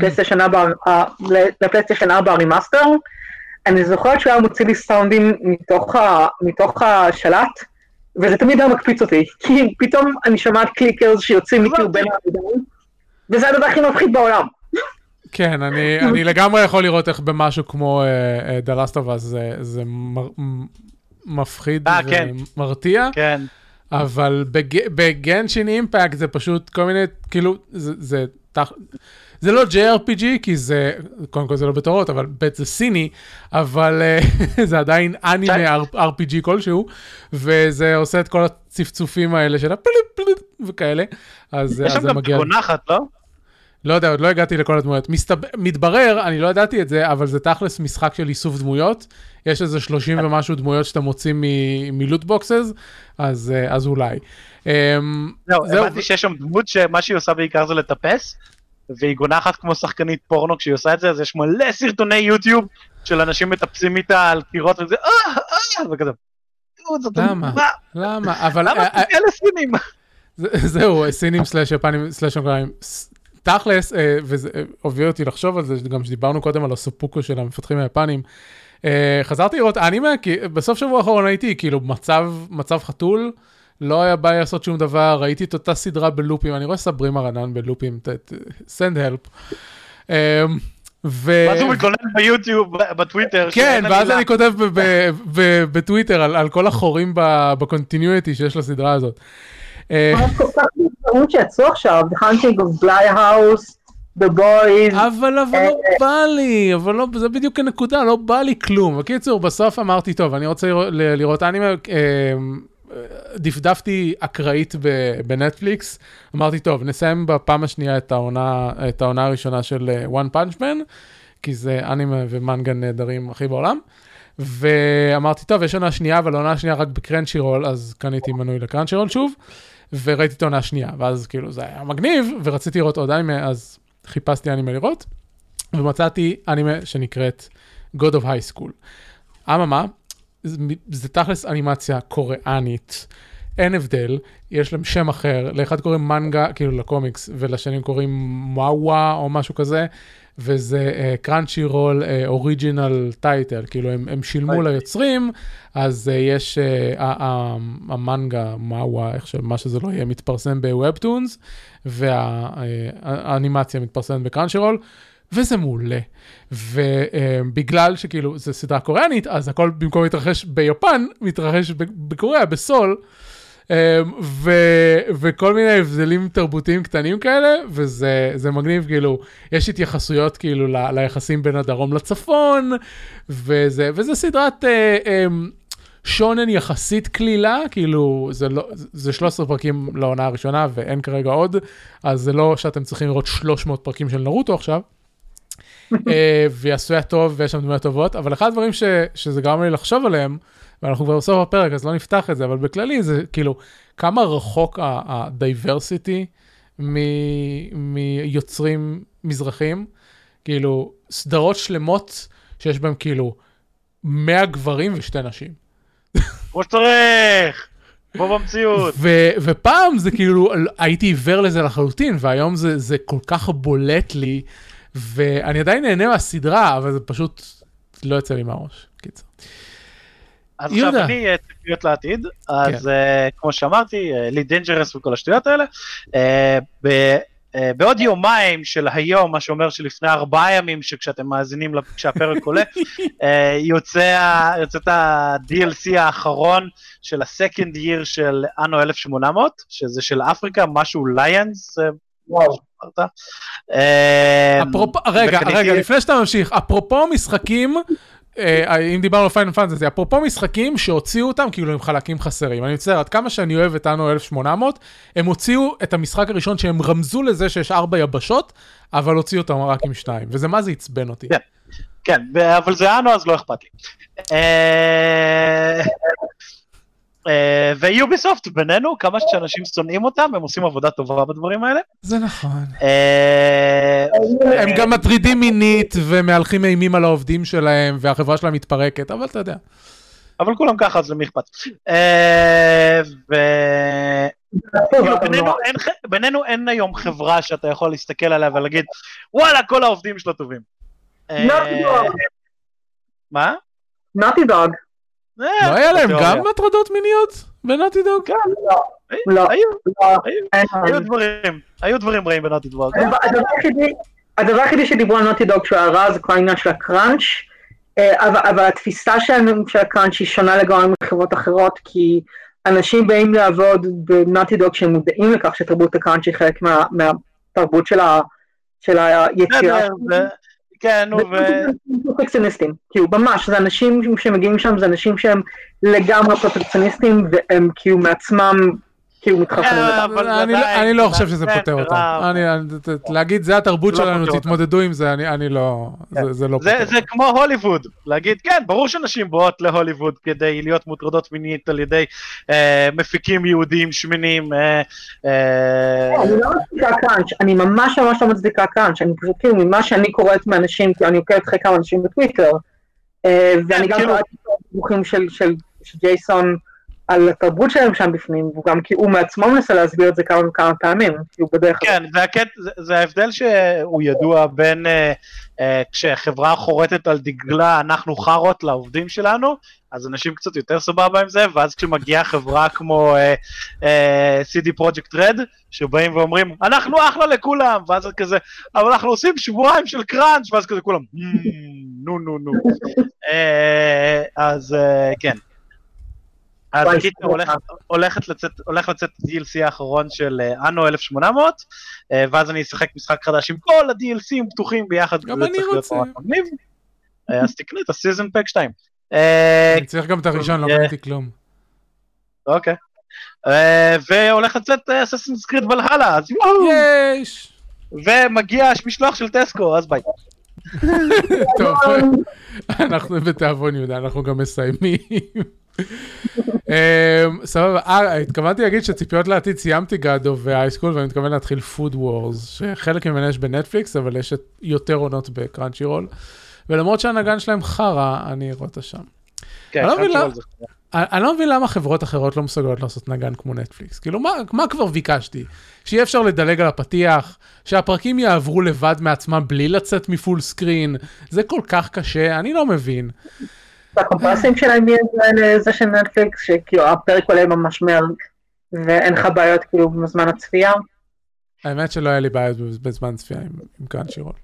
לפלייסטיישן ארבע הרימאסטר, אני זוכרת שהוא היה מוציא לי סאונדים מתוך השלט, וזה תמיד היה מקפיץ אותי, כי פתאום אני שומעת קליקרס שיוצאים לי כאילו בין העמידיים, וזה הדבר הכי מפחיד בעולם. כן, אני לגמרי יכול לראות איך במשהו כמו The Last of Us זה מפחיד ומרתיע. כן. אבל בגנשין אימפקט זה פשוט כל מיני, כאילו, זה, זה לא ג'יי אר פי ג'י, כי זה, קודם כל זה לא בתורות, אבל בית זה סיני, אבל זה עדיין אנימה אר פי ג'י כלשהו, וזה עושה את כל הצפצופים האלה של הפליפ פליפ וכאלה, אז זה מגיע. יש שם גם תגונחת, לא? לא יודע, עוד לא הגעתי לכל הדמויות. מתברר, אני לא ידעתי את זה, אבל זה תכלס משחק של איסוף דמויות. יש איזה שלושים ומשהו דמויות שאתה מוציא מלוט בוקסס, אז אולי. זהו, הבנתי שיש שם דמות שמה שהיא עושה בעיקר זה לטפס, והיא גונחת כמו שחקנית פורנו כשהיא עושה את זה, אז יש מלא סרטוני יוטיוב של אנשים מטפסים איתה על קירות וזה, אה, אה, וכזה. למה? למה? אבל... למה אלה סינים? זהו, סינים סלאש יפנים סלאש אוקראינים. תכלס, וזה הוביל אותי לחשוב על זה, גם שדיברנו קודם על הסופוקו של המפתחים היפנים, חזרתי לראות אנימה, כי בסוף שבוע האחרון הייתי, כאילו, מצב, מצב חתול, לא היה בעיה לעשות שום דבר, ראיתי את אותה סדרה בלופים, אני רואה סברימה רנן בלופים, send help. ואז הוא מתגונן ביוטיוב, בטוויטר. כן, ואז אני כותב בטוויטר על כל החורים בקונטיניויטי שיש לסדרה הזאת. כל כך דברים שיצאו עכשיו, The Hunting of Bly House, The Boys. אבל אבל לא בא לי, אבל לא, זה בדיוק הנקודה, לא בא לי כלום. בקיצור, בסוף אמרתי, טוב, אני רוצה לראות אנימה, דפדפתי אקראית בנטפליקס, אמרתי, טוב, נסיים בפעם השנייה את העונה, את העונה הראשונה של One Punch Man, כי זה אנימה ומנגה נהדרים הכי בעולם. ואמרתי, טוב, יש עונה שנייה, אבל העונה השנייה רק בקרנצ'ירול, אז קניתי מנוי לקרנצ'ירול שוב, וראיתי את העונה השנייה, ואז כאילו זה היה מגניב, ורציתי לראות עוד אנימה, אז חיפשתי אנימה לראות, ומצאתי אנימה שנקראת God of High School. אממה, זה, זה תכלס אנימציה קוריאנית, אין הבדל, יש להם שם אחר, לאחד קוראים מנגה, כאילו לקומיקס, ולשנים קוראים מוואווה או משהו כזה, וזה קרנצ'ירול אוריג'ינל טייטל, כאילו הם, הם שילמו ליוצרים, אז uh, יש uh, המנגה, מוואווה, איך שמה שזה לא יהיה, מתפרסם בוובטונס, והאנימציה מתפרסמת בקרנצ'ירול, וזה מעולה. ובגלל שכאילו זה סדרה קוריאנית, אז הכל במקום להתרחש ביפן, מתרחש בקוריאה, בסול, ו, וכל מיני הבדלים תרבותיים קטנים כאלה, וזה זה מגניב, כאילו, יש התייחסויות כאילו ל, ליחסים בין הדרום לצפון, וזה, וזה סדרת אה, אה, שונן יחסית כלילה, כאילו, זה, לא, זה שלושה עשר פרקים לעונה הראשונה, ואין כרגע עוד, אז זה לא שאתם צריכים לראות שלוש מאות פרקים של נרוטו עכשיו, ויעשו טוב ויש שם דמויות טובות, אבל אחד הדברים ש, שזה גרם לי לחשוב עליהם, ואנחנו כבר בסוף הפרק, אז לא נפתח את זה, אבל בכללי זה כאילו, כמה רחוק הדייברסיטי מיוצרים מזרחים, כאילו, סדרות שלמות שיש בהם כאילו מאה גברים ושתי נשים. כמו שצריך! כמו במציאות. ופעם זה כאילו, הייתי עיוור לזה לחלוטין, והיום זה כל כך בולט לי, ואני עדיין נהנה מהסדרה, אבל זה פשוט לא יצא לי מהראש. קיצר. אז עכשיו אני ציפיות לעתיד, אז כמו שאמרתי, לי דנג'רס וכל השטויות האלה, בעוד יומיים של היום, מה שאומר שלפני ארבעה ימים, שכשאתם מאזינים כשהפרק עולה, יוצאת ה-די אל סי האחרון של ה-Second Year של אנו אלף שמונה מאות, שזה של אפריקה, משהו ליינס, וואו. רגע, רגע, לפני שאתה ממשיך, אפרופו משחקים, אם דיברנו על פיינל פנטזי, אפרופו משחקים שהוציאו אותם כאילו עם חלקים חסרים. אני מצטער, עד כמה שאני אוהב את אנו אלף שמונה מאות, הם הוציאו את המשחק הראשון שהם רמזו לזה שיש ארבע יבשות, אבל הוציאו אותם רק עם שניים, וזה מה זה עצבן אותי. כן, כן, אבל זה אנו אז לא אכפת לי. ויוביסופט בינינו, כמה שאנשים שונאים אותם, הם עושים עבודה טובה בדברים האלה. זה נכון. הם גם מטרידים מינית ומהלכים אימים על העובדים שלהם, והחברה שלהם מתפרקת, אבל אתה יודע. אבל כולם ככה, אז למי אכפת. בינינו אין היום חברה שאתה יכול להסתכל עליה ולהגיד, וואלה, כל העובדים שלה טובים. מה? נאטי דוג. לא היה להם גם מטרדות מיניות בנאטי דוג? כן, לא, היו דברים, היו דברים רעים בנאטי דוג. הדבר היחידי שדיברו על נאטי דוג שהוא הרע זה כל העניין של הקראנץ', אבל התפיסה של הקראנץ' היא שונה לגמרי מחברות אחרות, כי אנשים באים לעבוד בנאטי דוג שהם מודעים לכך שתרבות הקראנץ' היא חלק מהתרבות של היצירה. כן, נו, ו... פרפקציוניסטים, כאילו, ממש, זה אנשים שמגיעים שם, זה אנשים שהם לגמרי פרפקציוניסטים, והם כאילו מעצמם, כאילו מתחשבים. אני לא חושב שזה פותר אותם. להגיד, זה התרבות שלנו, תתמודדו עם זה, אני לא, זה לא פותר. זה כמו הוליווד, להגיד, כן, ברור שאנשים באות להוליווד כדי להיות מוטרדות מינית על ידי מפיקים יהודיים שמנים. אני לא מצדיקה קראנץ', אני ממש ממש לא מצדיקה קראנץ', אני פשוט כאילו, ממה שאני קוראת מאנשים, כי אני עוקבת אחרי כמה אנשים בטוויטר, ואני גם קראתי דיווחים של ג'ייסון, על התרבות שלהם שם בפנים, וגם כי הוא מעצמו מנסה להסביר את זה כמה וכמה פעמים, כאילו בדרך כלל. כן, והקט, זה, זה ההבדל שהוא ידוע בין, אה, אה, כשחברה חורטת על דגלה, אנחנו חרות לעובדים שלנו, אז אנשים קצת יותר סבבה עם זה, ואז כשמגיעה חברה כמו אה, אה, סי די Projekt Red, שבאים ואומרים, אנחנו אחלה לכולם, ואז זה כזה, אבל אנחנו עושים שבועיים של קראנץ', ואז כזה כולם, נו נו נו. אה, אז אה, כן. אז קיצר הולך לצאת די אל סי האחרון של אנו אלף שמונה מאות, ואז אני אשחק משחק חדש עם כל ה-די אל סי פתוחים ביחד. גם אני רוצה. אז תקנה את הסיזן פק שתיים. אני צריך גם את הראשון, לא קניתי כלום. אוקיי. והולך לצאת אסאסינס קריד ולהלה, אז יואו. יש. ומגיע משלוח של טסקו, אז ביי. טוב, אנחנו בתיאבון יהודה, אנחנו גם מסיימים. סבבה, התכוונתי להגיד שציפיות לעתיד סיימתי גאדו והאייסקול, ואני מתכוון להתחיל פוד וורס, שחלק ממנה יש בנטפליקס, אבל יש יותר עונות בקראנצ'י רול, ולמרות שהנגן שלהם חרה, אני אראה אותה שם. אני לא מבין למה חברות אחרות לא מסוגלות לעשות נגן כמו נטפליקס, כאילו מה כבר ביקשתי? שיהיה אפשר לדלג על הפתיח, שהפרקים יעברו לבד מעצמם בלי לצאת מפול סקרין, זה כל כך קשה, אני לא מבין. הקומפרסים שלהם יהיה זה של נטפליקס, שכאילו הפרק עולה ממש מהר, ואין לך בעיות כאילו בזמן הצפייה. האמת שלא היה לי בעיות בזמן צפייה עם קראנצ'י רול.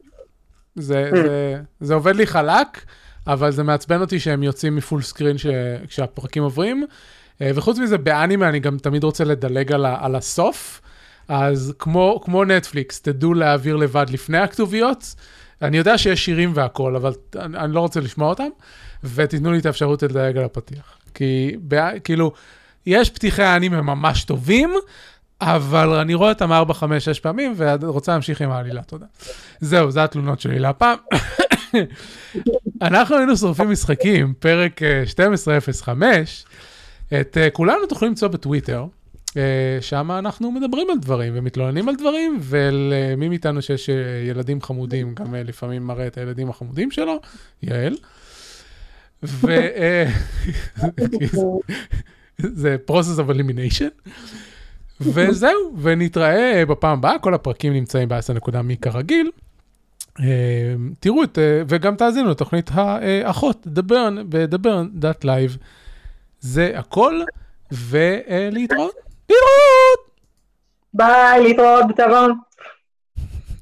זה עובד לי חלק, אבל זה מעצבן אותי שהם יוצאים מפול סקרין כשהפרקים עוברים, וחוץ מזה באנימה אני גם תמיד רוצה לדלג על הסוף, אז כמו נטפליקס, תדעו להעביר לבד לפני הכתוביות, אני יודע שיש שירים והכל, אבל אני לא רוצה לשמוע אותם, ותתנו לי את האפשרות לדייג על הפתיח. כי, כאילו, יש פתיחי האנימה ממש טובים, אבל אני רואה אותם ארבע, חמש, שש פעמים, ורוצה להמשיך עם העלילה, תודה. זהו, זה התלונות שלי להפעם. אנחנו היינו שורפים משחקים, פרק שתים עשרה אפס חמש, את כולנו תוכלו למצוא בטוויטר, שם אנחנו מדברים על דברים ומתלוננים על דברים, ולמי מאיתנו שיש ילדים חמודים, גם לפעמים מראה את הילדים החמודים שלו, יעל. זה process of elimination. וזהו, ונתראה בפעם הבאה, כל הפרקים נמצאים ב-עשר נקודה מי כרגיל. תראו את, וגם תאזינו לתוכנית האחות, The Burn, ב-the burn dot live. זה הכל, ולהתראות. להתראות! ביי, להתראות בתיאבון.